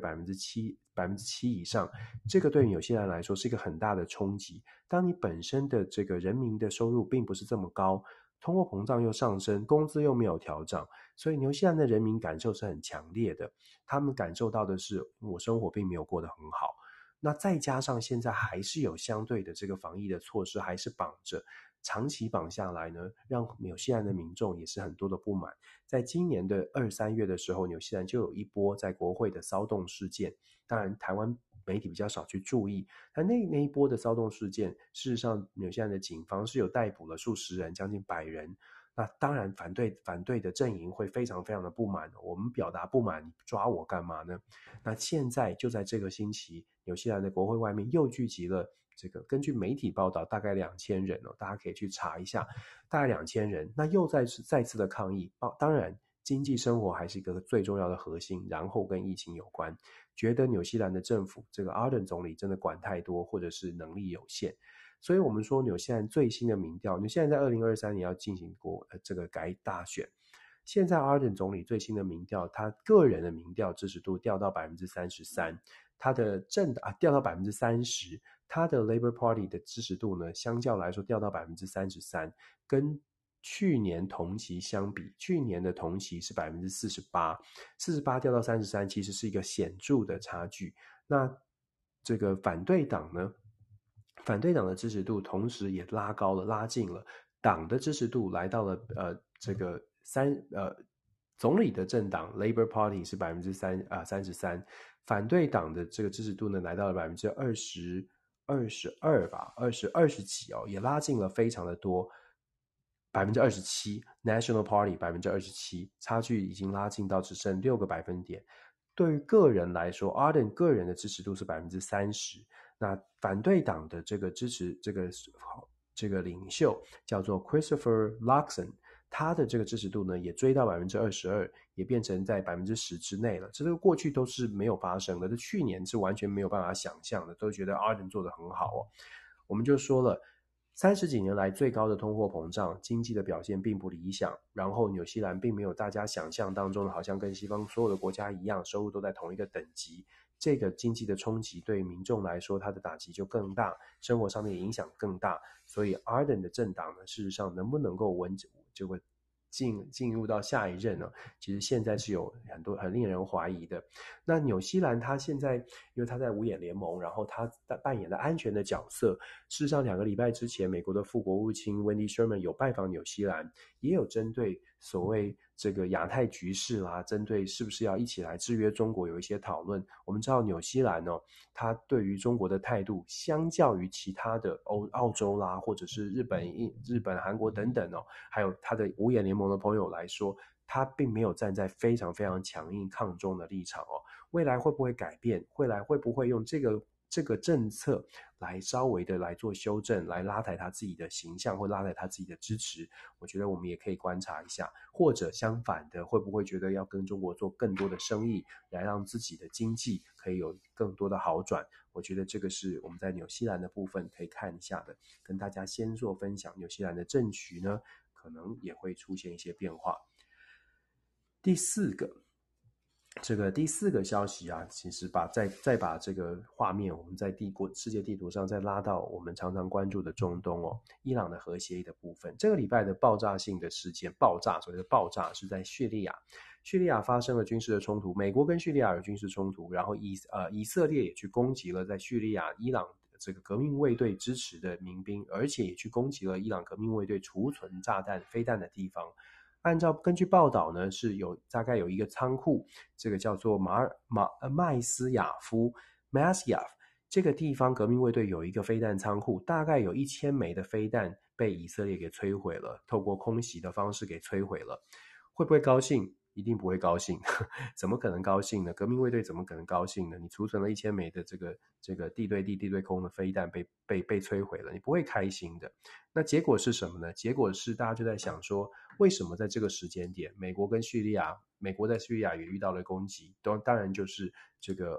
7%以上，这个对纽西兰来说是一个很大的冲击。当你本身的这个人民的收入并不是这么高，通货膨胀又上升，工资又没有调涨，所以纽西兰的人民感受是很强烈的。他们感受到的是，我生活并没有过得很好。那再加上现在还是有相对的这个防疫的措施还是绑着，长期绑下来呢，让纽西兰的民众也是很多的不满。在今年的2、3月的时候，纽西兰就有一波在国会的骚动事件，当然台湾媒体比较少去注意，但那一波的骚动事件，事实上纽西兰的警方是有逮捕了数十人，将近100人。那当然反对的阵营会非常非常的不满，我们表达不满，你抓我干嘛呢？那现在就在这个星期，纽西兰的国会外面又聚集了这个，根据媒体报道大概2000人哦，大家可以去查一下，大概2000人，那又再次的抗议。当然经济生活还是一个最重要的核心，然后跟疫情有关，觉得纽西兰的政府这个 Ardern 总理真的管太多，或者是能力有限。所以我们说纽西兰最新的民调，纽西兰在2023年要进行这个改大选，现在 Ardern 总理最新的民调，他个人的民调支持度掉到33%，他的掉到30%，他的 Labour Party 的支持度呢，相较来说掉到33%，跟去年同期相比，去年的同期是48%，48掉到33，其实是一个显著的差距。那这个反对党呢？反对党的支持度同时也拉近了，党的支持度来到了总理的政党 Labour Party 是33%，反对党的这个支持度呢来到了22%吧，20几哦，也拉近了非常的多。27%，National Party 27%，差距已经拉近到只剩6个百分点。对于个人来说 ，Ardern 个人的支持度是30%，那反对党的这个支持这个领袖叫做 Christopher Luxon， 他的这个支持度呢也追到22%，也变成在10%之内了。这个过去都是没有发生的，这去年是完全没有办法想象的，都觉得 Ardern 做得很好哦。我们就说了。30几年来最高的通货膨胀，经济的表现并不理想。然后纽西兰并没有大家想象当中的，好像跟西方所有的国家一样，收入都在同一个等级。这个经济的冲击对民众来说，它的打击就更大，生活上面的影响更大。所以 Ardern 的政党呢，事实上能不能够就会进入到下一任呢？其实现在是有很令人怀疑的。那纽西兰它现在因为它在五眼联盟，然后它扮演的安全的角色，事实上2个礼拜之前，美国的副国务卿 Wendy Sherman 有拜访纽西兰，也有针对所谓这个亚太局势啦，针对是不是要一起来制约中国有一些讨论。我们知道纽西兰哦，它对于中国的态度，相较于其他的澳洲啦，或者是日本、韩国等等哦，还有它的五眼联盟的朋友来说，它并没有站在非常非常强硬抗中的立场哦。未来会不会改变？未来会不会用这个政策来稍微的来做修正，来拉抬他自己的形象，或拉抬他自己的支持？我觉得我们也可以观察一下。或者相反的，会不会觉得要跟中国做更多的生意，来让自己的经济可以有更多的好转？我觉得这个是我们在纽西兰的部分可以看一下的，跟大家先做分享。纽西兰的政局呢，可能也会出现一些变化。第四个消息啊，其实再把这个画面，我们在世界地图上再拉到我们常常关注的中东哦，伊朗的核協議的部分。这个礼拜的爆炸性的事件，所谓的爆炸是在叙利亚，叙利亚发生了军事的冲突，美国跟叙利亚有军事冲突，然后以色列也去攻击了在叙利亚伊朗这个革命卫队支持的民兵，而且也去攻击了伊朗革命卫队储存炸弹、飞弹的地方。根据报道呢，是大概有一个仓库，这个叫做麦斯亚夫 Masyaf 这个地方革命卫队有一个飞弹仓库，大概有1000枚的飞弹被以色列给摧毁了，透过空袭的方式给摧毁了。会不会高兴？一定不会高兴，怎么可能高兴呢？革命卫队怎么可能高兴呢？你储存了1000枚的这个地对地、地对空的飞弹被摧毁了，你不会开心的。那结果是什么呢？结果是大家就在想说，为什么在这个时间点，美国在叙利亚也遇到了攻击，当然就是这个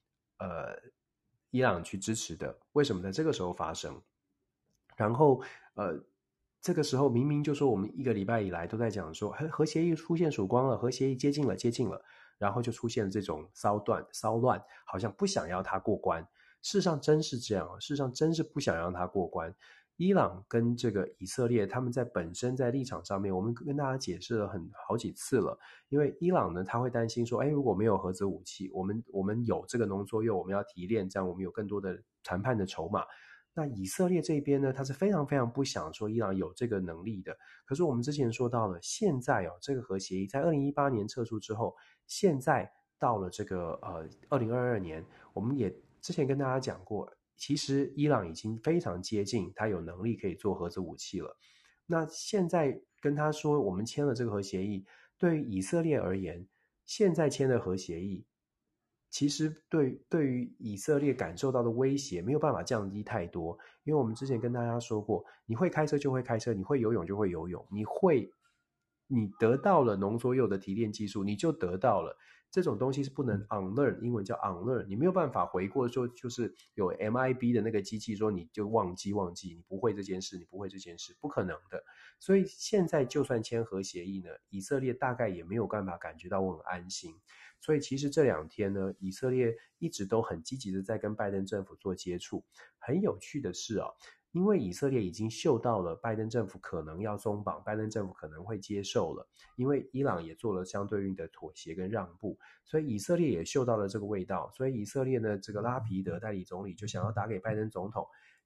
伊朗去支持的，为什么在这个时候发生？然后这个时候明明就说我们1个礼拜以来都在讲说核协议出现曙光了，核协议接近了，然后就出现这种骚乱，好像不想要它过关。事实上真是这样，事实上真是不想让它过关。伊朗跟这个以色列，他们本身在立场上面，我们跟大家解释了好几次了。因为伊朗呢，他会担心说，如果没有核子武器，我们有这个农作业，我们要提炼，这样我们有更多的谈判的筹码。那以色列这边呢，他是非常非常不想说伊朗有这个能力的。可是我们之前说到了，现在这个核协议在2018年撤出之后，现在到了这个2022年，我们也之前跟大家讲过，其实伊朗已经非常接近，他有能力可以做核子武器了。那现在跟他说我们签了这个核协议，对于以色列而言，现在签的核协议其实对于以色列感受到的威胁没有办法降低太多。因为我们之前跟大家说过，你会开车就会开车，你会游泳就会游泳，你得到了浓缩铀的提炼技术，你就得到了。这种东西是不能 unlearn， 英文叫 unlearn， 你没有办法回过说就是有 MIB 的那个机器说你就忘记，你不会这件事，不可能的。所以现在就算签核协议呢，以色列大概也没有办法感觉到我很安心。所以其实这2天呢，以色列一直都很积极的在跟拜登政府做接触。很有趣的是因为以色列已经嗅到了拜登政府可能要松绑，拜登政府可能会接受了，因为伊朗也做了相对应的妥协跟让步，所以以色列也嗅到了这个味道。所以以色列呢，这个拉皮德代理总理就想要打给拜登总统，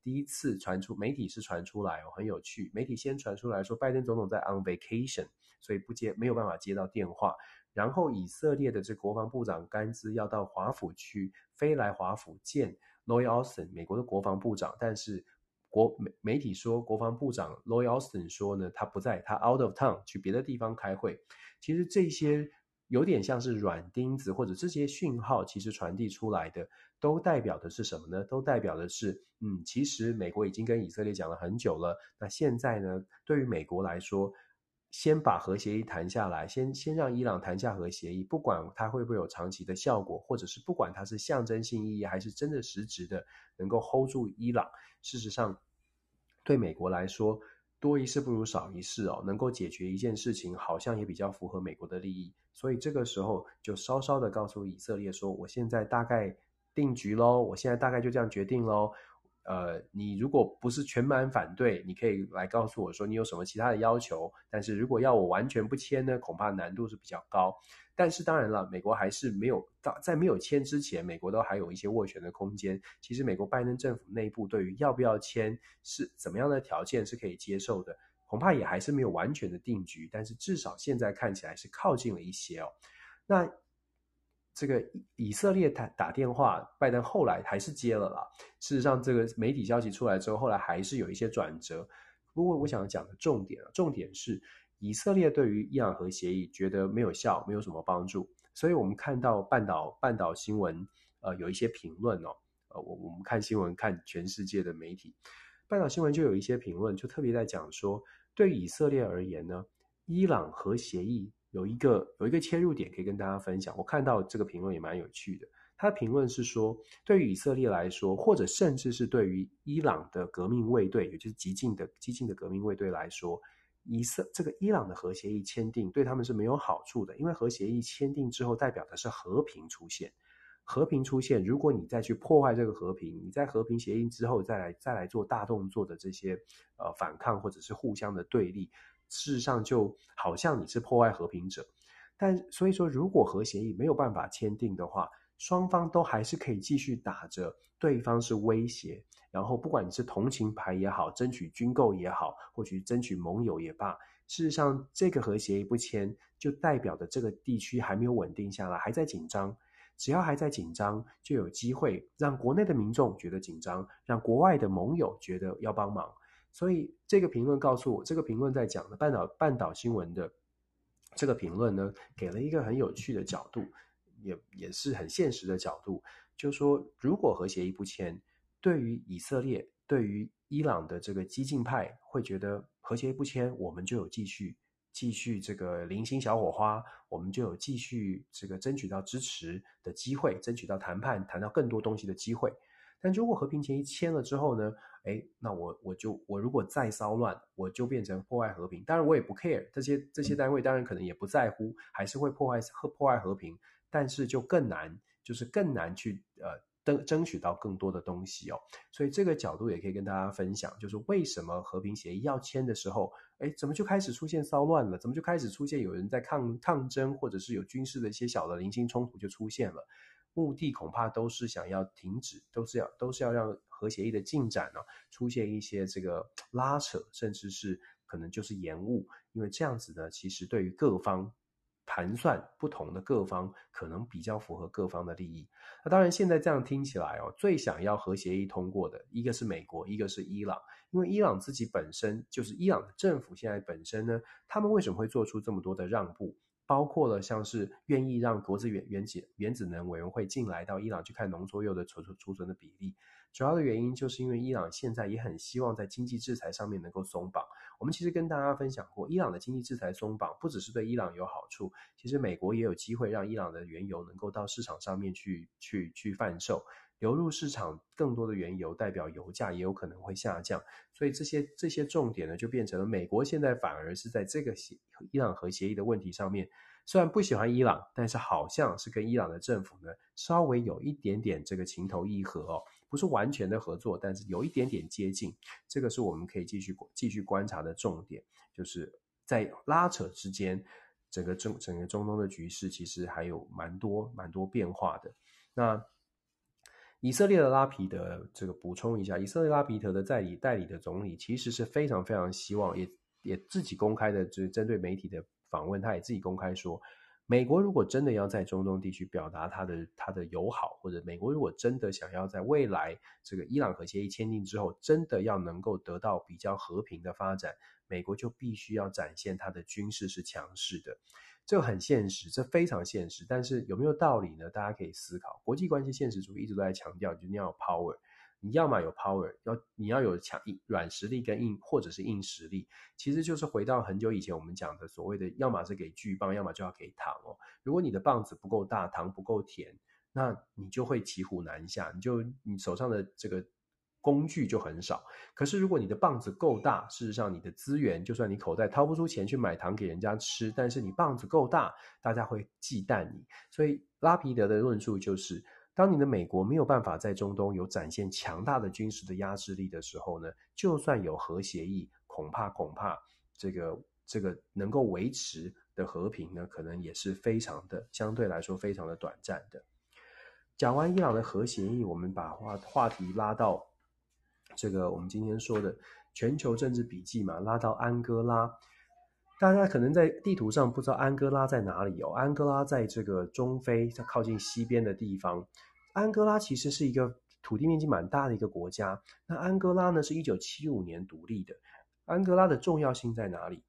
第一次传出，媒体是传出来很有趣，媒体先传出来说拜登总统在 on vacation， 所以没有办法接到电话，然后以色列的这国防部长甘兹要到华府去，飞来华府见 Lloyd Austin 美国的国防部长，但是媒体说国防部长 Lloyd Austin 说呢，他不在，他 out of town 去别的地方开会。其实这些有点像是软钉子，或者这些讯号其实传递出来的都代表的是什么呢？都代表的是其实美国已经跟以色列讲了很久了，那现在呢，对于美国来说，先把核协议谈下来，先让伊朗谈下核协议，不管它会不会有长期的效果，或者是不管它是象征性意义还是真的实质的能够 hold 住伊朗，事实上对美国来说多一事不如少一事能够解决一件事情好像也比较符合美国的利益，所以这个时候就稍稍的告诉以色列说，我现在大概定局咯，我现在大概就这样决定咯，你如果不是全盘反对，你可以来告诉我说你有什么其他的要求，但是如果要我完全不签呢，恐怕难度是比较高。但是当然了，美国还是在没有签之前，美国都还有一些斡旋的空间。其实美国拜登政府内部对于要不要签是怎么样的条件是可以接受的，恐怕也还是没有完全的定局，但是至少现在看起来是靠近了一些那这个以色列打电话，拜登后来还是接了啦。事实上，这个媒体消息出来之后，后来还是有一些转折。不过，我想讲的重点是，以色列对于伊朗核协议觉得没有效，没有什么帮助。所以我们看到半岛新闻，有一些评论我们看新闻，看全世界的媒体，半岛新闻就有一些评论，就特别在讲说，对于以色列而言呢，伊朗核协议有一个切入点可以跟大家分享。我看到这个评论也蛮有趣的。他的评论是说，对于以色列来说，或者甚至是对于伊朗的革命卫队，也就是激进的革命卫队来说，这个伊朗的核协议签订对他们是没有好处的，因为核协议签订之后代表的是和平出现。和平出现，如果你再去破坏这个和平，你在和平协议之后再来做大动作的这些反抗或者是互相的对立，事实上就好像你是破坏和平者。但所以说，如果核协议没有办法签订的话，双方都还是可以继续打着对方是威胁，然后不管你是同情牌也好，争取军购也好，或许争取盟友也罢，事实上这个核协议不签，就代表的这个地区还没有稳定下来，还在紧张。只要还在紧张，就有机会让国内的民众觉得紧张，让国外的盟友觉得要帮忙。所以这个评论告诉我，这个评论在讲的半岛新闻的这个评论呢，给了一个很有趣的角度，也是很现实的角度，就是说，如果核协议不签，对于以色列，对于伊朗的这个激进派会觉得核协议不签，我们就有继续这个零星小火花，我们就有继续这个争取到支持的机会，争取到谈到更多东西的机会。但如果和平协议签了之后呢，那我如果再骚乱，我就变成破坏和平。当然我也不 care， 这些单位当然可能也不在乎，还是会破坏和平，但是就更难去争取到更多的东西所以这个角度也可以跟大家分享，就是为什么和平协议要签的时候，怎么就开始出现骚乱了？怎么就开始出现有人在抗争，或者是有军事的一些小的零星冲突就出现了？目的恐怕都是想要停止，都是要让核协议的进展出现一些这个拉扯，甚至是可能就是延误，因为这样子呢，其实对于各方盘算不同的各方，可能比较符合各方的利益。那当然，现在这样听起来最想要核协议通过的，一个是美国，一个是伊朗。因为伊朗自己本身就是伊朗的政府，现在本身呢，他们为什么会做出这么多的让步？包括了像是愿意让国际原子能委员会进来到伊朗去看浓缩铀的储存的比例，主要的原因就是因为伊朗现在也很希望在经济制裁上面能够松绑。我们其实跟大家分享过，伊朗的经济制裁松绑不只是对伊朗有好处，其实美国也有机会让伊朗的原油能够到市场上面去贩售，流入市场更多的原油代表油价也有可能会下降。所以这些重点呢，就变成了美国现在反而是在这个伊朗核协议的问题上面，虽然不喜欢伊朗，但是好像是跟伊朗的政府呢稍微有一点点这个情投意合不是完全的合作，但是有一点点接近。这个是我们可以继续观察的重点，就是在拉扯之间，整个中东的局势其实还有蛮多变化的。那以色列的拉皮德，这个补充一下，以色列拉皮德的代理的总理其实是非常非常希望，也自己公开的，就是针对媒体的访问，他也自己公开说，美国如果真的要在中东地区表达他的友好，或者美国如果真的想要在未来这个伊朗核协议签订之后，真的要能够得到比较和平的发展，美国就必须要展现它的军事是强势的。这个很现实，这非常现实，但是有没有道理呢？大家可以思考。国际关系现实主义一直都在强调，就是你要有 power， 你要么有 power， 你要有软实力跟或者是硬实力，其实就是回到很久以前我们讲的所谓的，要么是给巨棒，要么就要给糖哦。如果你的棒子不够大，糖不够甜，那你就会骑虎难下，你手上的这个工具就很少。可是如果你的棒子够大，事实上你的资源，就算你口袋掏不出钱去买糖给人家吃，但是你棒子够大，大家会忌惮你。所以拉皮德的论述就是，当你的美国没有办法在中东有展现强大的军事的压制力的时候呢，就算有核协议，恐怕这个能够维持的和平呢，可能也是非常的相对来说非常的短暂的。讲完伊朗的核协议，我们把话题拉到这个我们今天说的全球政治笔记嘛，拉到安哥拉。大家可能在地图上不知道安哥拉在哪里哦，安哥拉在这个中非，在靠近西边的地方。安哥拉其实是一个土地面积蛮大的一个国家。那安哥拉呢是1975年独立的。安哥拉的重要性在哪里？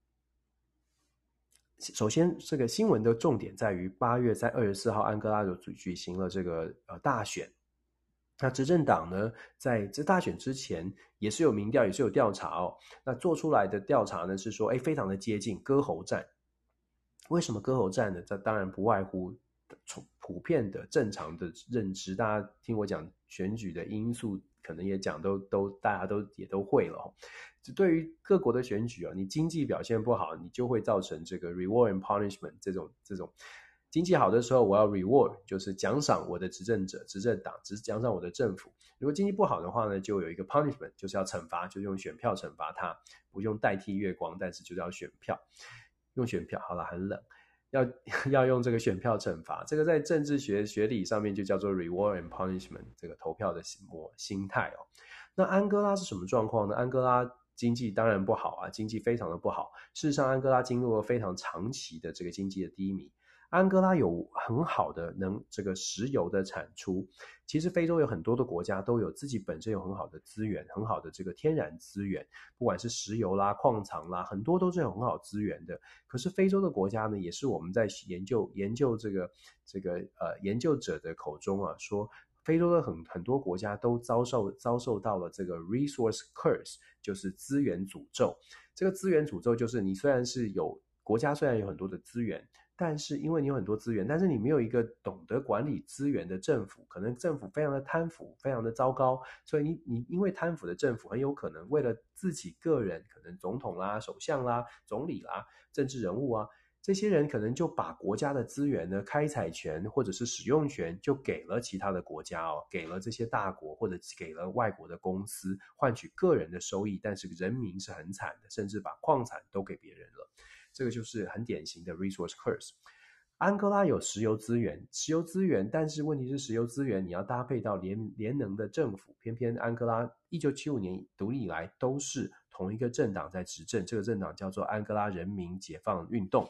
首先，这个新闻的重点在于8月24号，安哥拉有举行了这个大选。那执政党呢，在这大选之前也是有民调，也是有调查哦。那做出来的调查呢是说，非常的接近割喉战。为什么割喉战呢？这当然不外乎普遍的正常的认知，大家听我讲选举的因素，可能也讲大家也都会了哦。对于各国的选举你经济表现不好，你就会造成这个 reward and punishment 这种经济好的时候，我要 reward， 就是奖赏我的执政党，奖赏我的政府。如果经济不好的话呢，就有一个 punishment， 就是要惩罚，就是用选票惩罚他，不用代替月光，但是就是要选票，用选票。好了，很冷。要用这个选票惩罚，这个在政治学理上面就叫做 reward and punishment， 这个投票的心态哦。那安哥拉是什么状况呢？安哥拉经济当然不好啊，经济非常的不好。事实上，安哥拉经历了非常长期的这个经济的低迷。安哥拉有很好的这个石油的产出。其实非洲有很多的国家都有自己本身有很好的资源，很好的这个天然资源，不管是石油啦、矿藏啦，很多都是有很好资源的。可是非洲的国家呢，也是我们在研究这个研究者的口中啊，说非洲的很多国家都遭受到了这个 resource curse， 就是资源诅咒。这个资源诅咒就是你国家虽然有很多的资源，但是因为你有很多资源，但是你没有一个懂得管理资源的政府，可能政府非常的贪腐，非常的糟糕，所以你因为贪腐的政府很有可能为了自己个人，可能总统啦、首相啦、总理啦、政治人物啊，这些人可能就把国家的资源呢，开采权或者是使用权就给了其他的国家哦，给了这些大国或者给了外国的公司，换取个人的收益，但是人民是很惨的，甚至把矿产都给别人了。这个就是很典型的 resource curse。 安哥拉有石油资源，但是问题是石油资源你要搭配到联能的政府，偏偏安哥拉1975年独立以来都是同一个政党在执政，这个政党叫做安哥拉人民解放运动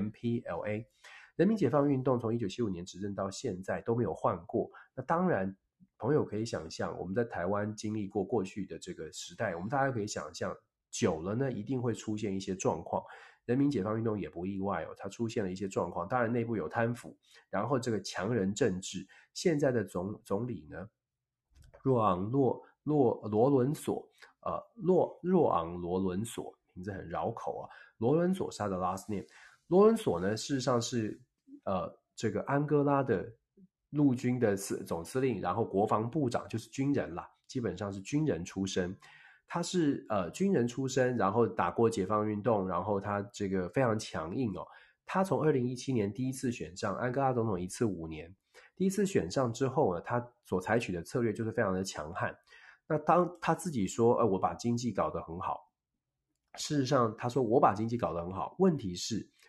MPLA。 人民解放运动从1975年执政到现在都没有换过。那当然朋友可以想象，我们在台湾经历过过去的这个时代，我们大家可以想象久了呢，一定会出现一些状况。人民解放运动也不意外哦，它出现了一些状况，当然内部有贪腐，然后这个强人政治。现在的总理呢，若昂罗伦索，名字很绕口啊。罗伦索是他的 last name。罗伦索呢，事实上是这个安哥拉的陆军的总司令，然后国防部长，就是军人啦，基本上是军人出身。他是军人出身，然后打过解放运动，然后他这个非常强硬哦。他从2017年第一次选上，安哥拉总统一次5年，第一次选上之后呢，他所采取的策略就是非常的强悍。那当他自己说我把经济搞得很好，事实上他说我把经济搞得很好，问题是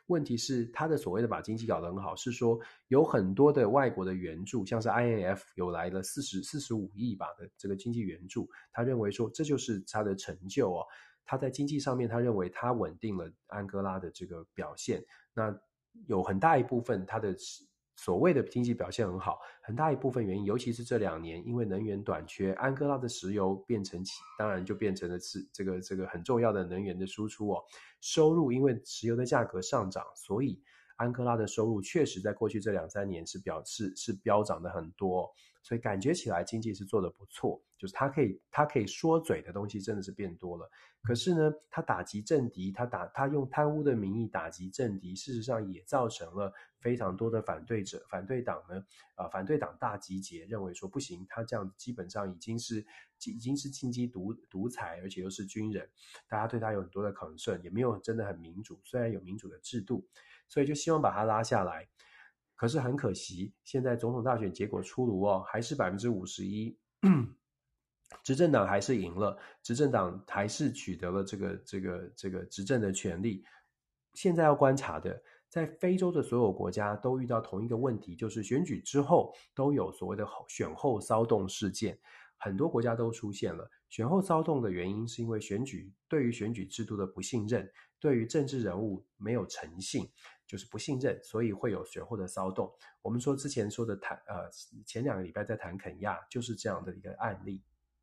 问题是他的所谓的把经济搞得很好，是说有很多的外国的援助，像是 IMF 有来了45亿吧的这个经济援助，他认为说这就是他的成就哦。他在经济上面，他认为他稳定了安哥拉的这个表现。那有很大一部分他的所谓的经济表现很好，很大一部分原因，尤其是这2年，因为能源短缺，安哥拉的石油当然就变成了是这个很重要的能源的输出哦。收入因为石油的价格上涨，所以安哥拉的收入确实在过去这2-3年是飙涨的很多，所以感觉起来经济是做得不错，就是他可以说嘴的东西真的是变多了。可是呢，他打击政敌，他用贪污的名义打击政敌，事实上也造成了非常多的反对党大集结，认为说不行，他这样基本上已经是进击独裁，而且又是军人，大家对他有很多的 concern， 也没有真的很民主，虽然有民主的制度，所以就希望把他拉下来。可是很可惜，现在总统大选结果出炉哦，还是51%，执政党还是赢了，执政党还是取得了这个执政的权利。现在要观察的，在非洲的所有国家都遇到同一个问题，就是选举之后都有所谓的选后骚动事件，很多国家都出现了。选后骚动的原因是因为对于选举制度的不信任，对于政治人物没有诚信，就是不信任，所以会有选后的骚动。我们说之前说的前2个礼拜在谈肯亚就是这样的一个案例。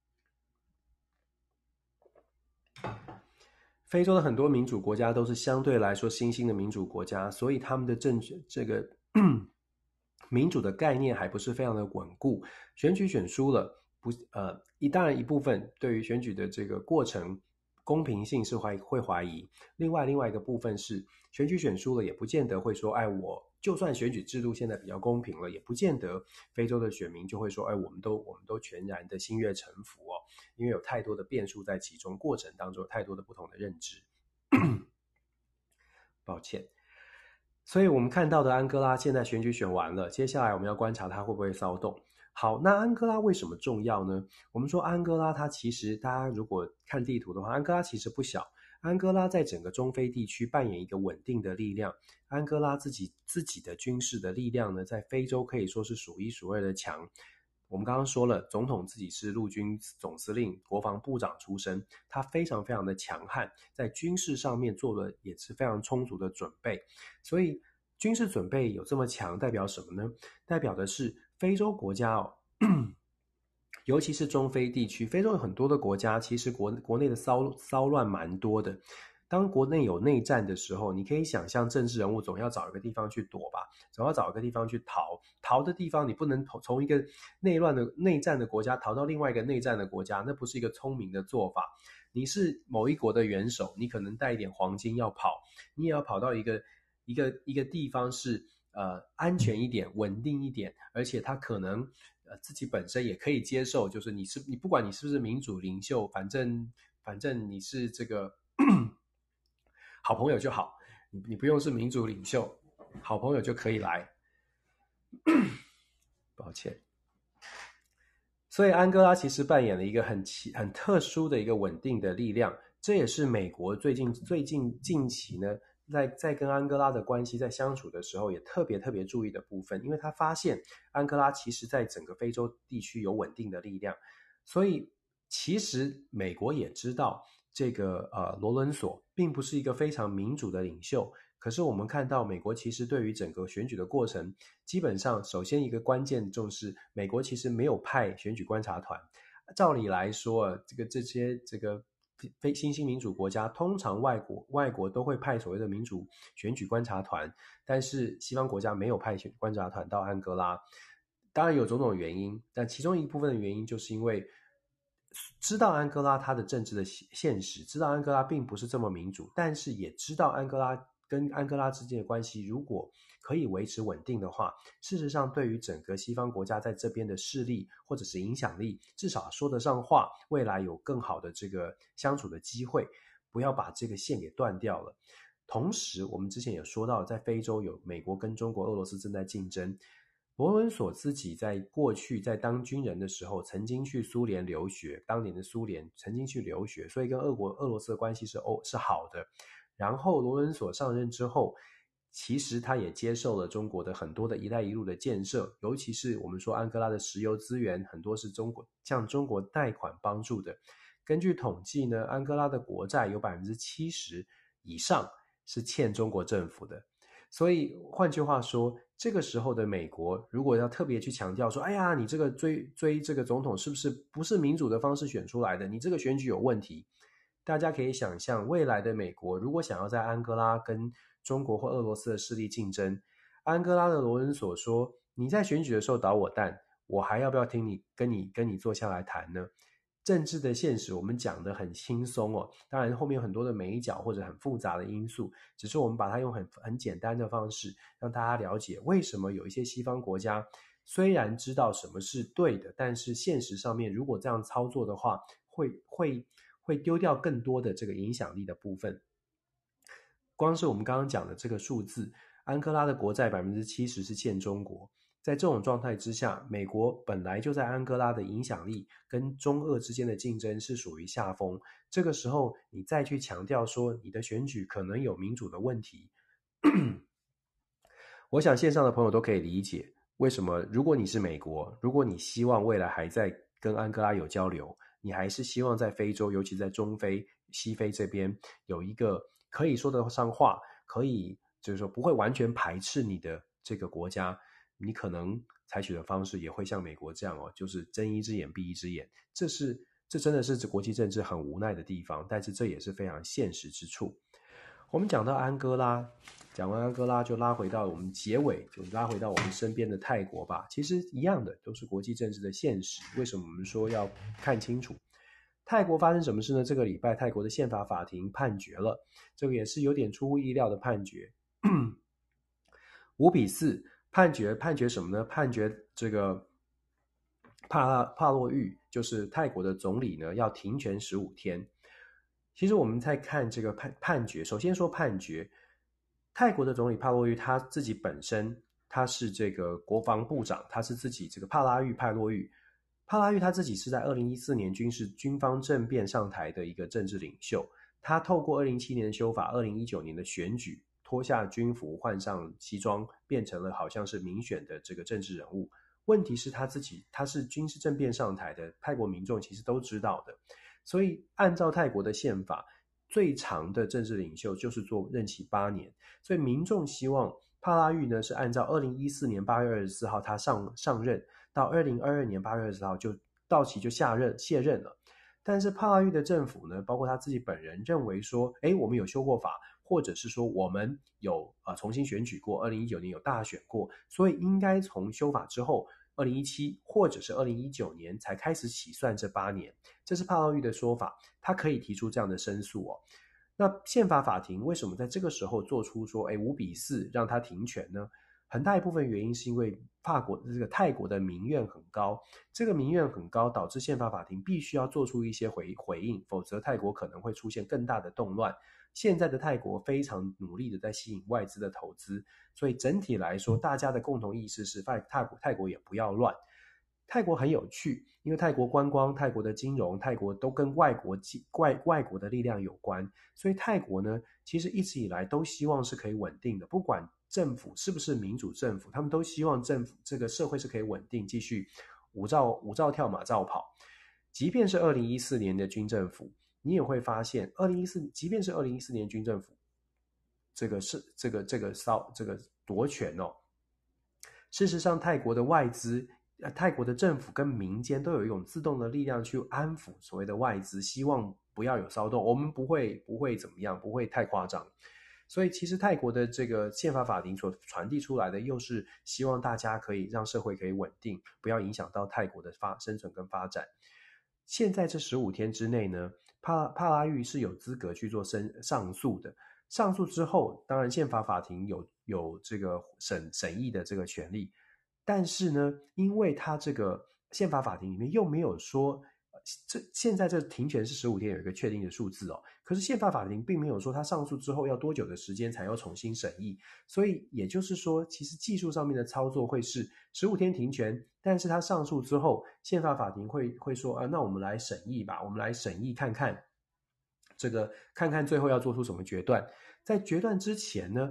非洲的很多民主国家都是相对来说新兴的民主国家，所以他们的这个民主的概念还不是非常的稳固。选举选输了，当然一部分对于选举的这个过程公平性是会怀疑，另外一个部分是选举选输了也不见得会说，我就算选举制度现在比较公平了，也不见得非洲的选民就会说，我们都全然的心悦诚服哦，因为有太多的变数在其中，过程当中有太多的不同的认知。抱歉。所以我们看到的安哥拉现在选举选完了，接下来我们要观察它会不会骚动。好，那安哥拉为什么重要呢？我们说安哥拉它其实大家如果看地图的话，安哥拉其实不小，安哥拉在整个中非地区扮演一个稳定的力量。安哥拉自己的军事的力量呢，在非洲可以说是数1数2的强。我们刚刚说了，总统自己是陆军总司令、国防部长出身，他非常非常的强悍，在军事上面做了也是非常充足的准备。所以军事准备有这么强，代表什么呢？代表的是非洲国家尤其是中非地区，非洲有很多的国家，其实国内的骚乱蛮多的。当国内有内战的时候，你可以想象政治人物总要找一个地方去躲吧，总要找一个地方去逃的地方，你不能从一个内战的国家逃到另外一个内战的国家，那不是一个聪明的做法。你是某一国的元首，你可能带一点黄金要跑，你也要跑到一个地方是安全一点、稳定一点，而且他可能自己本身也可以接受，就是你不管你是不是民主领袖，反正你是这个好朋友就好，你不用是民主领袖，好朋友就可以来。抱歉。所以安哥拉其实扮演了一个很特殊的一个稳定的力量，这也是美国近期呢在跟安哥拉的关系在相处的时候也特别注意的部分，因为他发现安哥拉其实在整个非洲地区有稳定的力量，所以其实美国也知道这个罗伦索并不是一个非常民主的领袖，可是我们看到美国其实对于整个选举的过程，基本上首先一个关键就是美国其实没有派选举观察团。照理来说，这些非新兴民主国家，通常外国都会派所谓的民主选举观察团，但是西方国家没有派选举观察团到安哥拉。当然有种种原因，但其中一部分的原因就是因为知道安哥拉它的政治的现实，知道安哥拉并不是这么民主，但是也知道安哥拉跟安哥拉之间的关系如果可以维持稳定的话，事实上对于整个西方国家在这边的势力或者是影响力，至少说得上话，未来有更好的这个相处的机会，不要把这个线给断掉了。同时我们之前也说到，在非洲有美国跟中国、俄罗斯正在竞争。罗伦索自己在过去在当军人的时候曾经去苏联留学，当年的苏联曾经去留学，所以跟俄罗斯的关系是好的。然后罗伦索上任之后其实它也接受了中国的很多的一带一路的建设，尤其是我们说安哥拉的石油资源很多是向中国贷款帮助的。根据统计呢，安哥拉的国债有70%以上是欠中国政府的。所以换句话说，这个时候的美国如果要特别去强调说，哎呀，你这个追这个总统不是民主的方式选出来的，你这个选举有问题。大家可以想象，未来的美国如果想要在安哥拉跟中国或俄罗斯的势力竞争，安哥拉的罗恩所说，你在选举的时候捣我蛋，我还要不要听你跟你坐下来谈呢？政治的现实我们讲得很轻松哦，当然后面有很多的美角或者很复杂的因素，只是我们把它用很简单的方式让大家了解为什么有一些西方国家虽然知道什么是对的，但是现实上面如果这样操作的话，会丢掉更多的这个影响力的部分。光是我们刚刚讲的这个数字，安哥拉的国债70%是欠中国。在这种状态之下，美国本来就在安哥拉的影响力跟中俄之间的竞争是属于下风，这个时候你再去强调说你的选举可能有民主的问题，我想线上的朋友都可以理解为什么，如果你是美国，如果你希望未来还在跟安哥拉有交流，你还是希望在非洲，尤其在中非、西非这边有一个可以说得上话，可以就是说不会完全排斥你的这个国家，你可能采取的方式也会像美国这样哦，就是睁一只眼闭一只眼。这真的是国际政治很无奈的地方，但是这也是非常现实之处。我们讲到安哥拉，讲完安哥拉就拉回到我们结尾，就拉回到我们身边的泰国吧。其实一样的，都是国际政治的现实。为什么我们说要看清楚？泰国发生什么事呢？这个礼拜泰国的宪法法庭判决了，这个也是有点出乎意料的判决。5-4判决什么呢？判决这个帕洛育，就是泰国的总理呢，要停权15天。其实我们在看这个判决，首先说判决，泰国的总理帕洛育他自己本身他是这个国防部长，他是自己这个帕拉育他自己是在2014年军方政变上台的一个政治领袖，他透过2017年的修法，2019年的选举，脱下军服换上西装，变成了好像是民选的这个政治人物。问题是他是军事政变上台的，泰国民众其实都知道的。所以按照泰国的宪法，最长的政治领袖就是做任期8年，所以民众希望帕拉育呢是按照2014年8月24号他上任，到2022年8月24号就到期就卸任了。但是帕拉育的政府呢，包括他自己本人认为说，我们有修过法，或者是说我们有重新选举过，2019年有大选过，所以应该从修法之后2017或者是2019年才开始起算这8年，这是帕劳育的说法，他可以提出这样的申诉哦。那宪法法庭为什么在这个时候做出说5-4让他停权呢？很大一部分原因是因为泰国的民怨很高，这个民怨很高导致宪法法庭必须要做出一些回应，否则泰国可能会出现更大的动乱。现在的泰国非常努力的在吸引外资的投资，所以整体来说大家的共同意识是泰国也不要乱。泰国很有趣，因为泰国观光、泰国的金融、泰国都跟外国的力量有关，所以泰国呢其实一直以来都希望是可以稳定的，不管政府是不是民主政府，他们都希望政府这个社会是可以稳定，继续舞照跳马照跑。即便是2014年的军政府，你也会发现即便是2014年军政府这个夺权哦，事实上泰国的外资泰国的政府跟民间都有一种自动的力量去安抚所谓的外资，希望不要有骚动，我们不会怎么样，不会太夸张。所以其实泰国的这个宪法法庭所传递出来的，又是希望大家可以让社会可以稳定，不要影响到泰国的生存跟发展。现在这15天之内呢，帕拉育是有资格去做上诉的。上诉之后，当然宪法法庭有这个审议的这个权利，但是呢，因为他这个宪法法庭里面又没有说，现在这停权是15天有一个确定的数字哦，可是宪法法庭并没有说他上诉之后要多久的时间才要重新审议，所以也就是说，其实技术上面的操作会是15天停权，但是他上诉之后，宪法法庭会说那我们来审议吧，我们来审议看看最后要做出什么决断。在决断之前呢，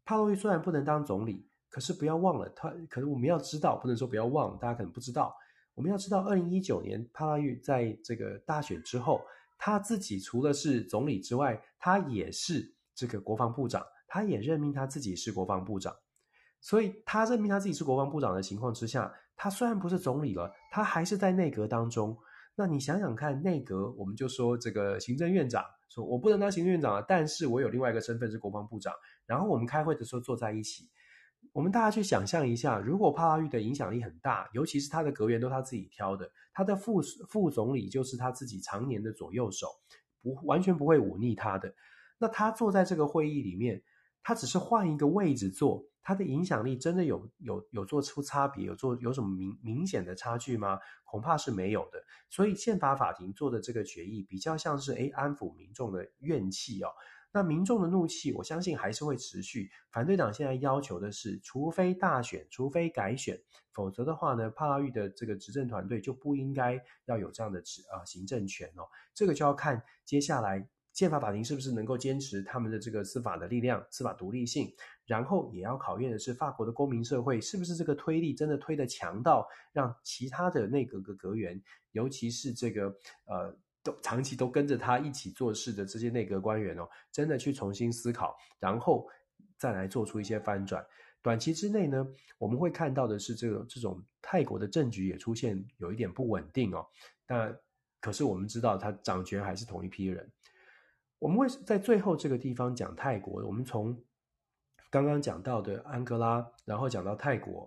帕洛伊虽然不能当总理，可是不要忘了，可能我们要知道，不能说不要忘，大家可能不知道，我们要知道2019年帕洛伊在这个大选之后，他自己除了是总理之外，他也是这个国防部长，他也任命他自己是国防部长。所以他任命他自己是国防部长的情况之下，他虽然不是总理了，他还是在内阁当中。那你想想看，内阁我们就说这个行政院长说我不能当行政院长了，但是我有另外一个身份是国防部长，然后我们开会的时候坐在一起。我们大家去想象一下，如果帕拉育的影响力很大，尤其是他的阁员都他自己挑的，他的副总理就是他自己常年的左右手，完全不会忤逆他的。那他坐在这个会议里面，他只是换一个位置坐，他的影响力真的有做出差别，有什么明显的差距吗？恐怕是没有的。所以宪法法庭做的这个决议比较像是安抚民众的怨气哦。那民众的怒气我相信还是会持续，反对党现在要求的是除非大选，除非改选，否则的话呢，帕拉育的这个执政团队就不应该要有这样的行政权哦。这个就要看接下来宪法法庭是不是能够坚持他们的这个司法的力量、司法独立性，然后也要考验的是法国的公民社会是不是这个推力真的推得强到让其他的内阁的阁员，尤其是这个长期都跟着他一起做事的这些内阁官员哦，真的去重新思考，然后再来做出一些翻转。短期之内呢，我们会看到的是这种泰国的政局也出现有一点不稳定哦。那可是我们知道他掌权还是同一批人。我们会在最后这个地方讲泰国，我们从刚刚讲到的安哥拉，然后讲到泰国，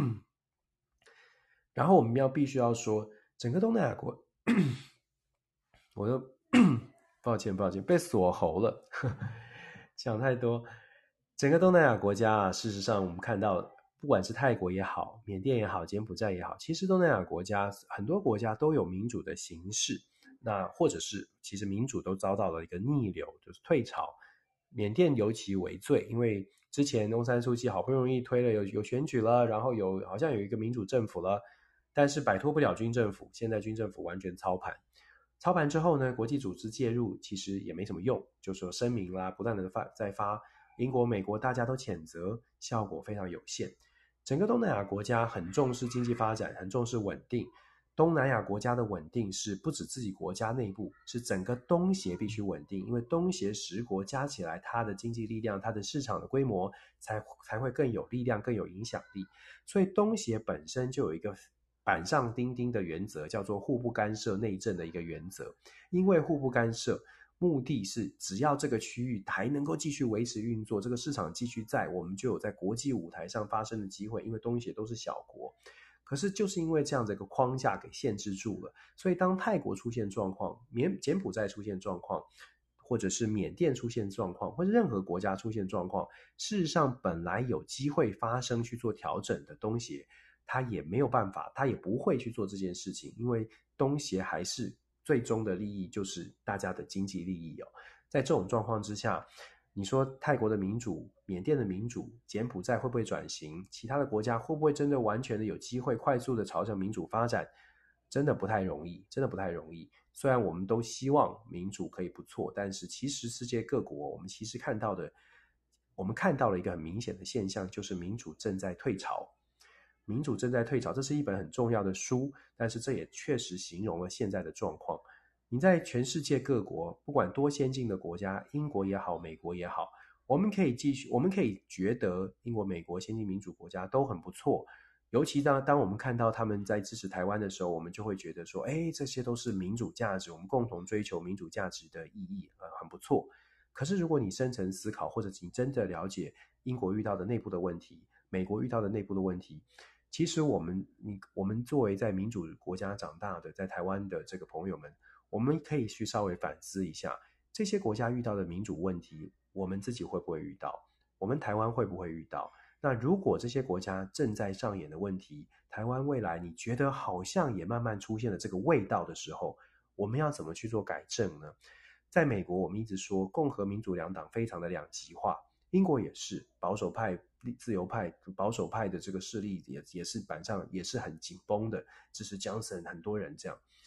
然后我们必须要说整个东南亚国我都抱歉，被锁喉了，讲太多。整个东南亚国家啊，事实上我们看到，不管是泰国也好，缅甸也好，柬埔寨也好，其实东南亚国家很多国家都有民主的形式，那或者是其实民主都遭到了一个逆流，就是退潮。缅甸尤其为最，因为之前翁山书记好不容易推了有选举了，然后好像有一个民主政府了，但是摆脱不了军政府，现在军政府完全操盘。操盘之后呢，国际组织介入其实也没什么用，就说声明啦，不断的再发，英国、美国大家都谴责，效果非常有限。整个东南亚国家很重视经济发展，很重视稳定。东南亚国家的稳定是不止自己国家内部，是整个东协必须稳定，因为东协10国加起来，它的经济力量、它的市场的规模才会更有力量、更有影响力。所以东协本身就有一个板上钉钉的原则，叫做互不干涉内政的一个原则。因为互不干涉，目的是只要这个区域还能够继续维持运作，这个市场继续在，我们就有在国际舞台上发生的机会。因为东协都是小国，可是就是因为这样的一个框架给限制住了，所以当泰国出现状况，柬埔寨出现状况，或者是缅甸出现状况，或者任何国家出现状况，事实上本来有机会发生去做调整的东协，他也没有办法，他也不会去做这件事情，因为东协还是最终的利益就是大家的经济利益哦。在这种状况之下，你说泰国的民主、缅甸的民主、柬埔寨会不会转型？其他的国家会不会真的完全的有机会快速的朝向民主发展？真的不太容易，真的不太容易。虽然我们都希望民主可以不错，但是其实世界各国，我们其实看到了一个很明显的现象，就是民主正在退潮。民主正在退潮，这是一本很重要的书，但是这也确实形容了现在的状况。你在全世界各国，不管多先进的国家，英国也好，美国也好，我们可以觉得英国、美国先进民主国家都很不错。尤其当我们看到他们在支持台湾的时候，我们就会觉得说，这些都是民主价值，我们共同追求民主价值的意义，很不错。可是如果你深层思考，或者你真的了解英国遇到的内部的问题，美国遇到的内部的问题，其实我们作为在民主国家长大的，在台湾的这个朋友们，我们可以去稍微反思一下，这些国家遇到的民主问题，我们自己会不会遇到？我们台湾会不会遇到？那如果这些国家正在上演的问题，台湾未来你觉得好像也慢慢出现了这个味道的时候，我们要怎么去做改正呢？在美国，我们一直说共和民主两党非常的两极化，英国也是保守派、自由派、保守派的这个势力也是板上也是很紧绷的，支持 Johnson 很多人这样。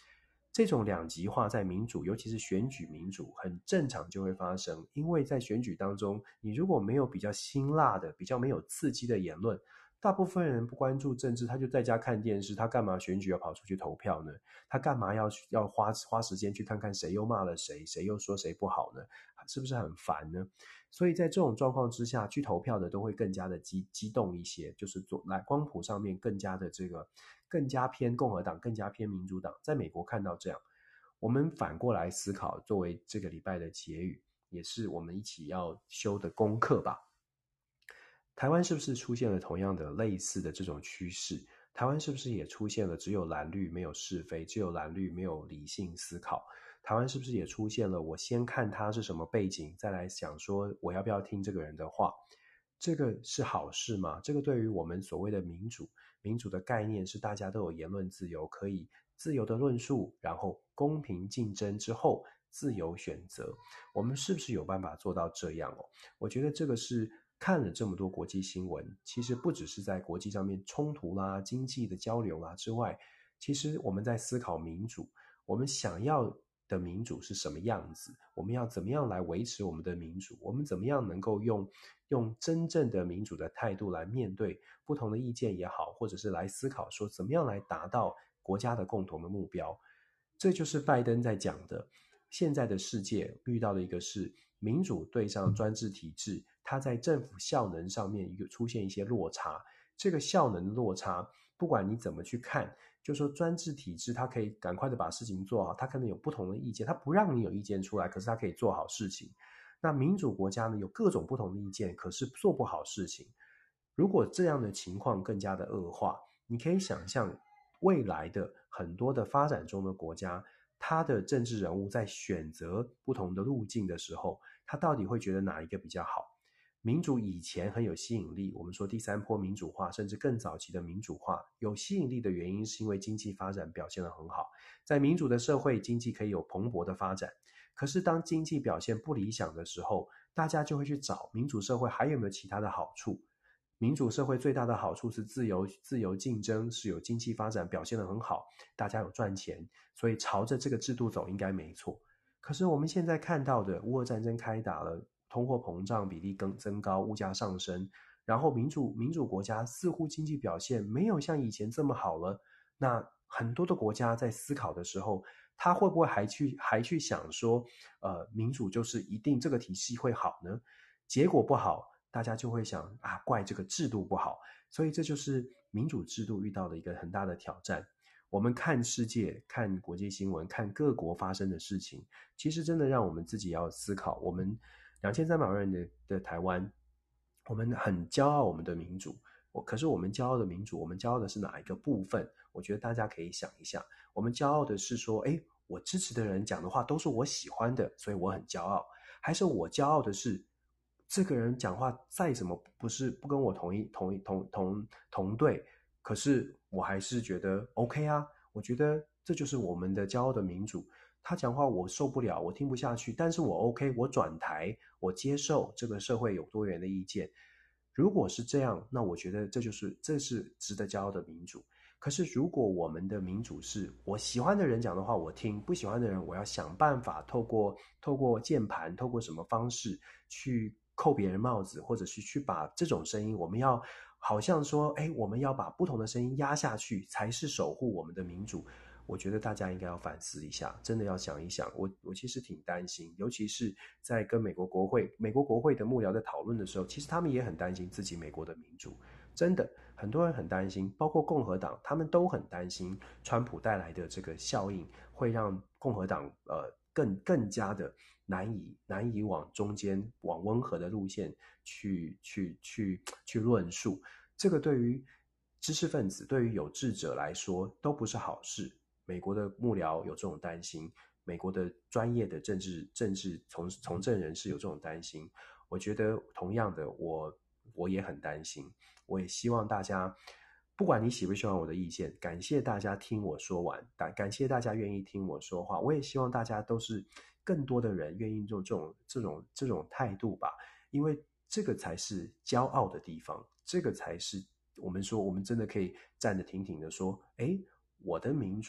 这种两极化在民主，尤其是选举民主，很正常就会发生。因为在选举当中，你如果没有比较辛辣的、比较没有刺激的言论，大部分人不关注政治，他就在家看电视，他干嘛选举要跑出去投票呢？他干嘛要花时间去看看谁又骂了谁，谁又说谁不好呢？是不是很烦呢？所以在这种状况之下，去投票的都会更加的激动一些，就是光谱上面更加的更加偏共和党，更加偏民主党。在美国看到这样，我们反过来思考，作为这个礼拜的结语，也是我们一起要修的功课吧。台湾是不是出现了同样的类似的这种趋势？台湾是不是也出现了只有蓝绿没有是非，只有蓝绿没有理性思考？台湾是不是也出现了我先看他是什么背景，再来想说我要不要听这个人的话？这个是好事吗？这个对于我们所谓的民主的概念是大家都有言论自由，可以自由的论述，然后公平竞争之后自由选择。我们是不是有办法做到这样哦？我觉得这个是看了这么多国际新闻，其实不只是在国际上面冲突啦、经济的交流啦之外，其实我们在思考民主，我们想要的民主是什么样子？我们要怎么样来维持我们的民主？我们怎么样能够用真正的民主的态度来面对不同的意见也好，或者是来思考说怎么样来达到国家的共同的目标？这就是拜登在讲的。现在的世界遇到的一个是民主对上专制体制，它在政府效能上面出现一些落差。这个效能落差，不管你怎么去看，就说专制体制它可以赶快的把事情做好，它可能有不同的意见，它不让你有意见出来，可是它可以做好事情。那民主国家呢，有各种不同的意见，可是做不好事情。如果这样的情况更加的恶化，你可以想象未来的很多的发展中的国家，他的政治人物在选择不同的路径的时候，他到底会觉得哪一个比较好？民主以前很有吸引力，我们说第三波民主化，甚至更早期的民主化，有吸引力的原因是因为经济发展表现得很好，在民主的社会，经济可以有蓬勃的发展。可是当经济表现不理想的时候，大家就会去找民主社会还有没有其他的好处。民主社会最大的好处是自由竞争，是有经济发展表现得很好，大家有赚钱，所以朝着这个制度走应该没错。可是我们现在看到的乌俄战争开打了，通货膨胀比例增高，物价上升，然后民主国家似乎经济表现没有像以前这么好了。那很多的国家在思考的时候，他会不会还去想说，民主就是一定这个体系会好呢？结果不好，大家就会想啊，怪这个制度不好。所以这就是民主制度遇到的一个很大的挑战。我们看世界，看国际新闻，看各国发生的事情，其实真的让我们自己要思考。我们2300万人的台湾，我们很骄傲我们的民主，可是我们骄傲的民主，我们骄傲的是哪一个部分？我觉得大家可以想一想。我们骄傲的是说，诶，我支持的人讲的话都是我喜欢的，所以我很骄傲。还是我骄傲的是这个人讲话再怎么不跟我同队，可是我还是觉得 OK 啊。我觉得这就是我们的骄傲的民主。他讲话我受不了，我听不下去，但是我 OK， 我转台，我接受这个社会有多元的意见。如果是这样，那我觉得这是值得骄傲的民主。可是如果我们的民主是我喜欢的人讲的话我听，不喜欢的人我要想办法透过键盘，透过什么方式去扣别人帽子，或者是去把这种声音，我们要好像说，我们要把不同的声音压下去，才是守护我们的民主。我觉得大家应该要反思一下，真的要想一想。我其实挺担心，尤其是在跟美国国会的幕僚在讨论的时候，其实他们也很担心自己美国的民主。真的，很多人很担心，包括共和党，他们都很担心川普带来的这个效应会让共和党更加的难以往中间往温和的路线去论述。这个对于知识分子，对于有志者来说都不是好事。美国的幕僚有这种担心，美国的专业的政治从政人士有这种担心。我觉得同样的，我也很担心。我也希望大家，不管你喜不喜欢我的意见，感谢大家听我说完，感谢大家愿意听我说话。我也希望大家都是更多的人愿意用这种态度吧，因为这个才是骄傲的地方，这个才是我们说我们真的可以站得挺挺的说，我的民主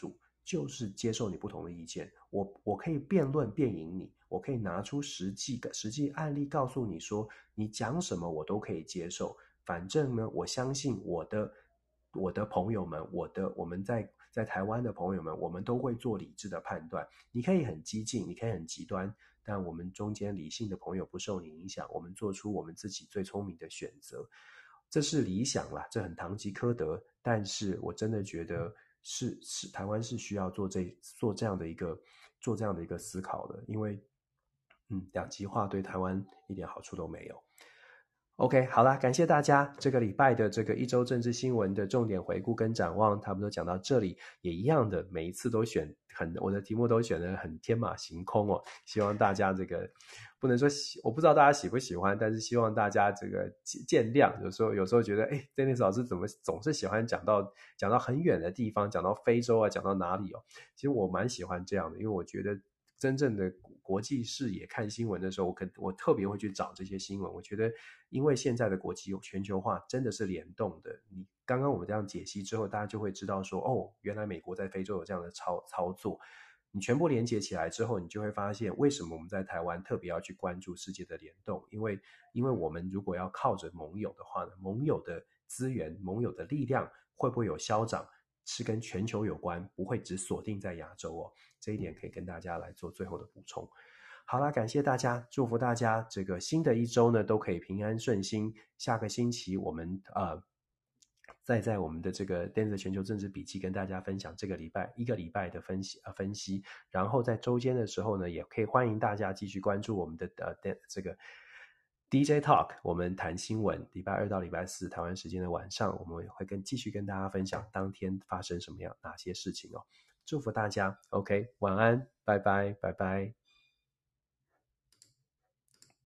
就是接受你不同的意见，我可以辩论辩赢你，我可以拿出实际案例告诉你说，你讲什么我都可以接受。反正呢，我相信我的朋友们，我们在台湾的朋友们，我们都会做理智的判断。你可以很激进，你可以很极端，但我们中间理性的朋友不受你影响，我们做出我们自己最聪明的选择。这是理想啦，这很堂吉诃德，但是我真的觉得是台湾是需要做这样的一个思考的，因为两极化对台湾一点好处都没有。OK， 好啦，感谢大家这个礼拜的这个一周政治新闻的重点回顾跟展望，差不多讲到这里，也一样的，每一次都我的题目都选得很天马行空哦，希望大家这个不能说我不知道大家喜不喜欢，但是希望大家这个见谅，有时候觉得Dennis 老师怎么总是喜欢讲到很远的地方，讲到非洲啊，讲到哪里哦，其实我蛮喜欢这样的，因为我觉得真正的国际视野看新闻的时候，我特别会去找这些新闻。我觉得，因为现在的国际全球化真的是联动的。你刚刚我们这样解析之后，大家就会知道说，哦，原来美国在非洲有这样的操作。你全部连接起来之后，你就会发现为什么我们在台湾特别要去关注世界的联动，因为我们如果要靠着盟友的话呢，盟友的资源、盟友的力量会不会有消长，是跟全球有关，不会只锁定在亚洲哦。这一点可以跟大家来做最后的补充。好啦，感谢大家，祝福大家这个新的一周呢都可以平安顺心。下个星期我们再在我们的这个 Dennis 全球政治笔记跟大家分享这个一个礼拜的分析，然后在周间的时候呢，也可以欢迎大家继续关注我们的这个 DJ Talk， 我们谈新闻，礼拜2到礼拜4台湾时间的晚上，我们会继续跟大家分享当天发生哪些事情哦。祝福大家 ，OK， 晚安，拜拜，拜拜。